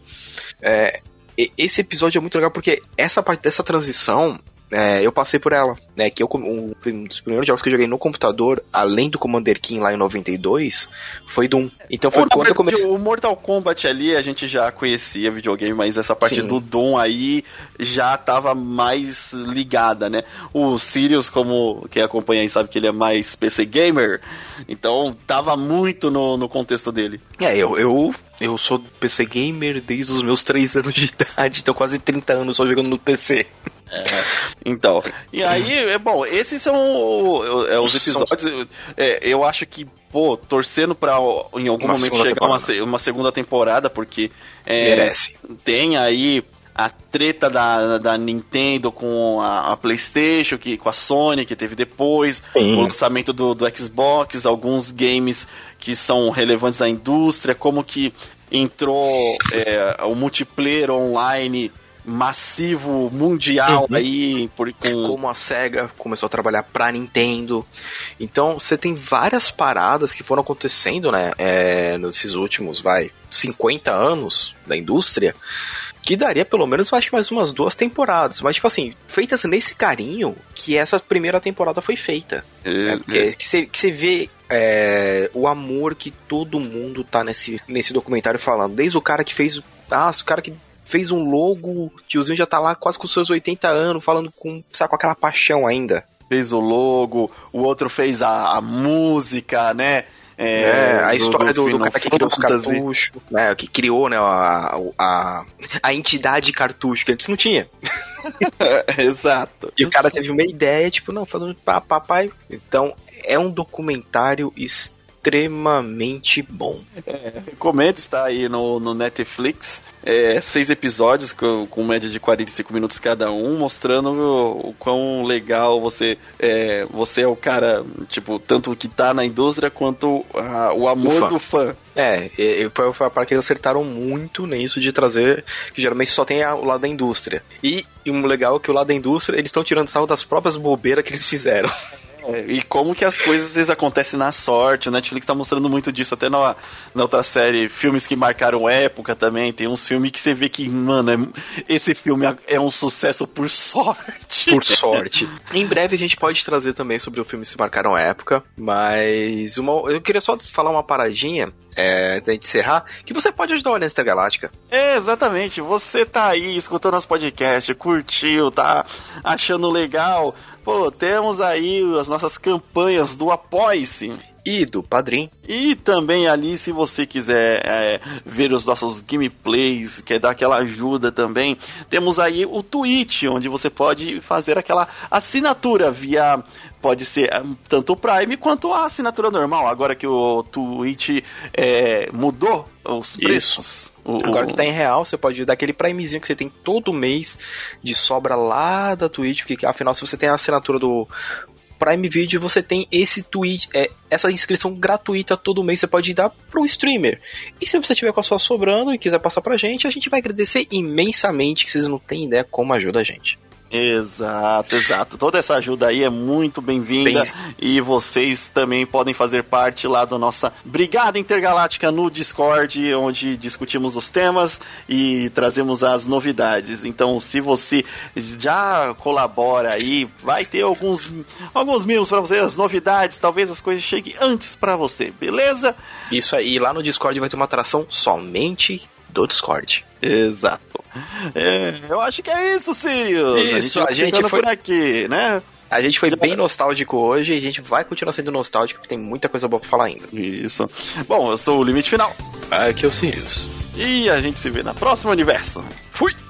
esse episódio é muito legal porque essa parte dessa transição... eu passei por ela, né, que um dos primeiros jogos que eu joguei no computador, além do Commander King lá em 92, foi Doom. Então foi quando eu comecei... O Mortal Kombat ali, a gente já conhecia videogame, mas essa parte do Doom aí já tava mais ligada, né? O Sirius, como quem acompanha aí sabe que ele é mais PC Gamer, então tava muito no contexto dele. Eu sou PC Gamer desde os meus 3 anos de idade, então quase 30 anos só jogando no PC. Então, e aí, bom, esses são os episódios. Eu acho que, torcendo pra em algum momento chegar uma segunda temporada, porque merece. Tem aí a treta da Nintendo com a PlayStation, com a Sony, que teve depois, o lançamento do Xbox, alguns games que são relevantes à indústria, como que entrou o multiplayer online massivo, mundial aí. Como a SEGA começou a trabalhar pra Nintendo. Então você tem várias paradas que foram acontecendo, né, nesses últimos 50 anos da indústria, que daria pelo menos, acho que mais umas 2 temporadas. Mas, tipo assim, feitas nesse carinho que essa primeira temporada foi feita. Que você vê o amor que todo mundo tá nesse documentário falando. Desde o cara que fez... o cara que fez um logo, tiozinho já tá lá quase com seus 80 anos, falando com aquela paixão ainda. Fez o logo, o outro fez a música, né? A história do cara que criou os cartuchos, né? Que criou, né, a entidade cartucho, que antes não tinha. Exato. E o cara teve uma ideia, tipo, não, fazendo papai. Então, é um documentário extremamente bom. Recomendo, está aí no Netflix. 6 episódios com média de 45 minutos cada um, mostrando o quão legal você é o cara, tipo, tanto que tá na indústria quanto o amor do fã. Foi a parte que eles acertaram muito nisso de trazer, que geralmente só tem o lado da indústria. E o legal é que o lado da indústria, eles estão tirando sarro das próprias bobeiras que eles fizeram. E como que as coisas às vezes acontecem na sorte. O Netflix tá mostrando muito disso até na outra série, filmes que marcaram época também. Tem uns filmes que você vê que, mano, esse filme é um sucesso por sorte. Por sorte. Em breve a gente pode trazer também sobre o filme que marcaram época, mas eu queria só falar uma paradinha antes de encerrar, que você pode ajudar o Aliança Intergaláctica. Exatamente, você tá aí escutando nosso podcast, curtiu, tá achando legal, temos aí as nossas campanhas do Apoie-se e do Padrim. E também ali, se você quiser ver os nossos gameplays, quer dar aquela ajuda também, temos aí o Twitch, onde você pode fazer aquela assinatura via... Pode ser tanto o Prime quanto a assinatura normal. Agora que o Twitch mudou os preços. Agora que tá em real, você pode dar aquele Primezinho que você tem todo mês de sobra lá da Twitch. Porque afinal, se você tem a assinatura do Prime Video, você tem esse Twitch, essa inscrição gratuita todo mês. Você pode dar pro streamer. E se você tiver com a sua sobrando e quiser passar pra gente, a gente vai agradecer imensamente, que vocês não têm ideia como ajuda a gente. Exato. Toda essa ajuda aí é muito bem-vinda. E vocês também podem fazer parte lá da nossa Brigada Intergaláctica no Discord, onde discutimos os temas e trazemos as novidades. Então, se você já colabora aí, vai ter alguns mimos pra você, as novidades, talvez as coisas cheguem antes pra você, beleza? Isso aí, lá no Discord vai ter uma atração somente do Discord. Exato. Eu acho que é isso, Sirius. Isso, a gente foi por aqui, né? A gente foi bem nostálgico hoje e a gente vai continuar sendo nostálgico porque tem muita coisa boa pra falar ainda. Isso. Bom, eu sou o Limite Final. Aqui é o Sirius. E a gente se vê na próxima universo. Fui!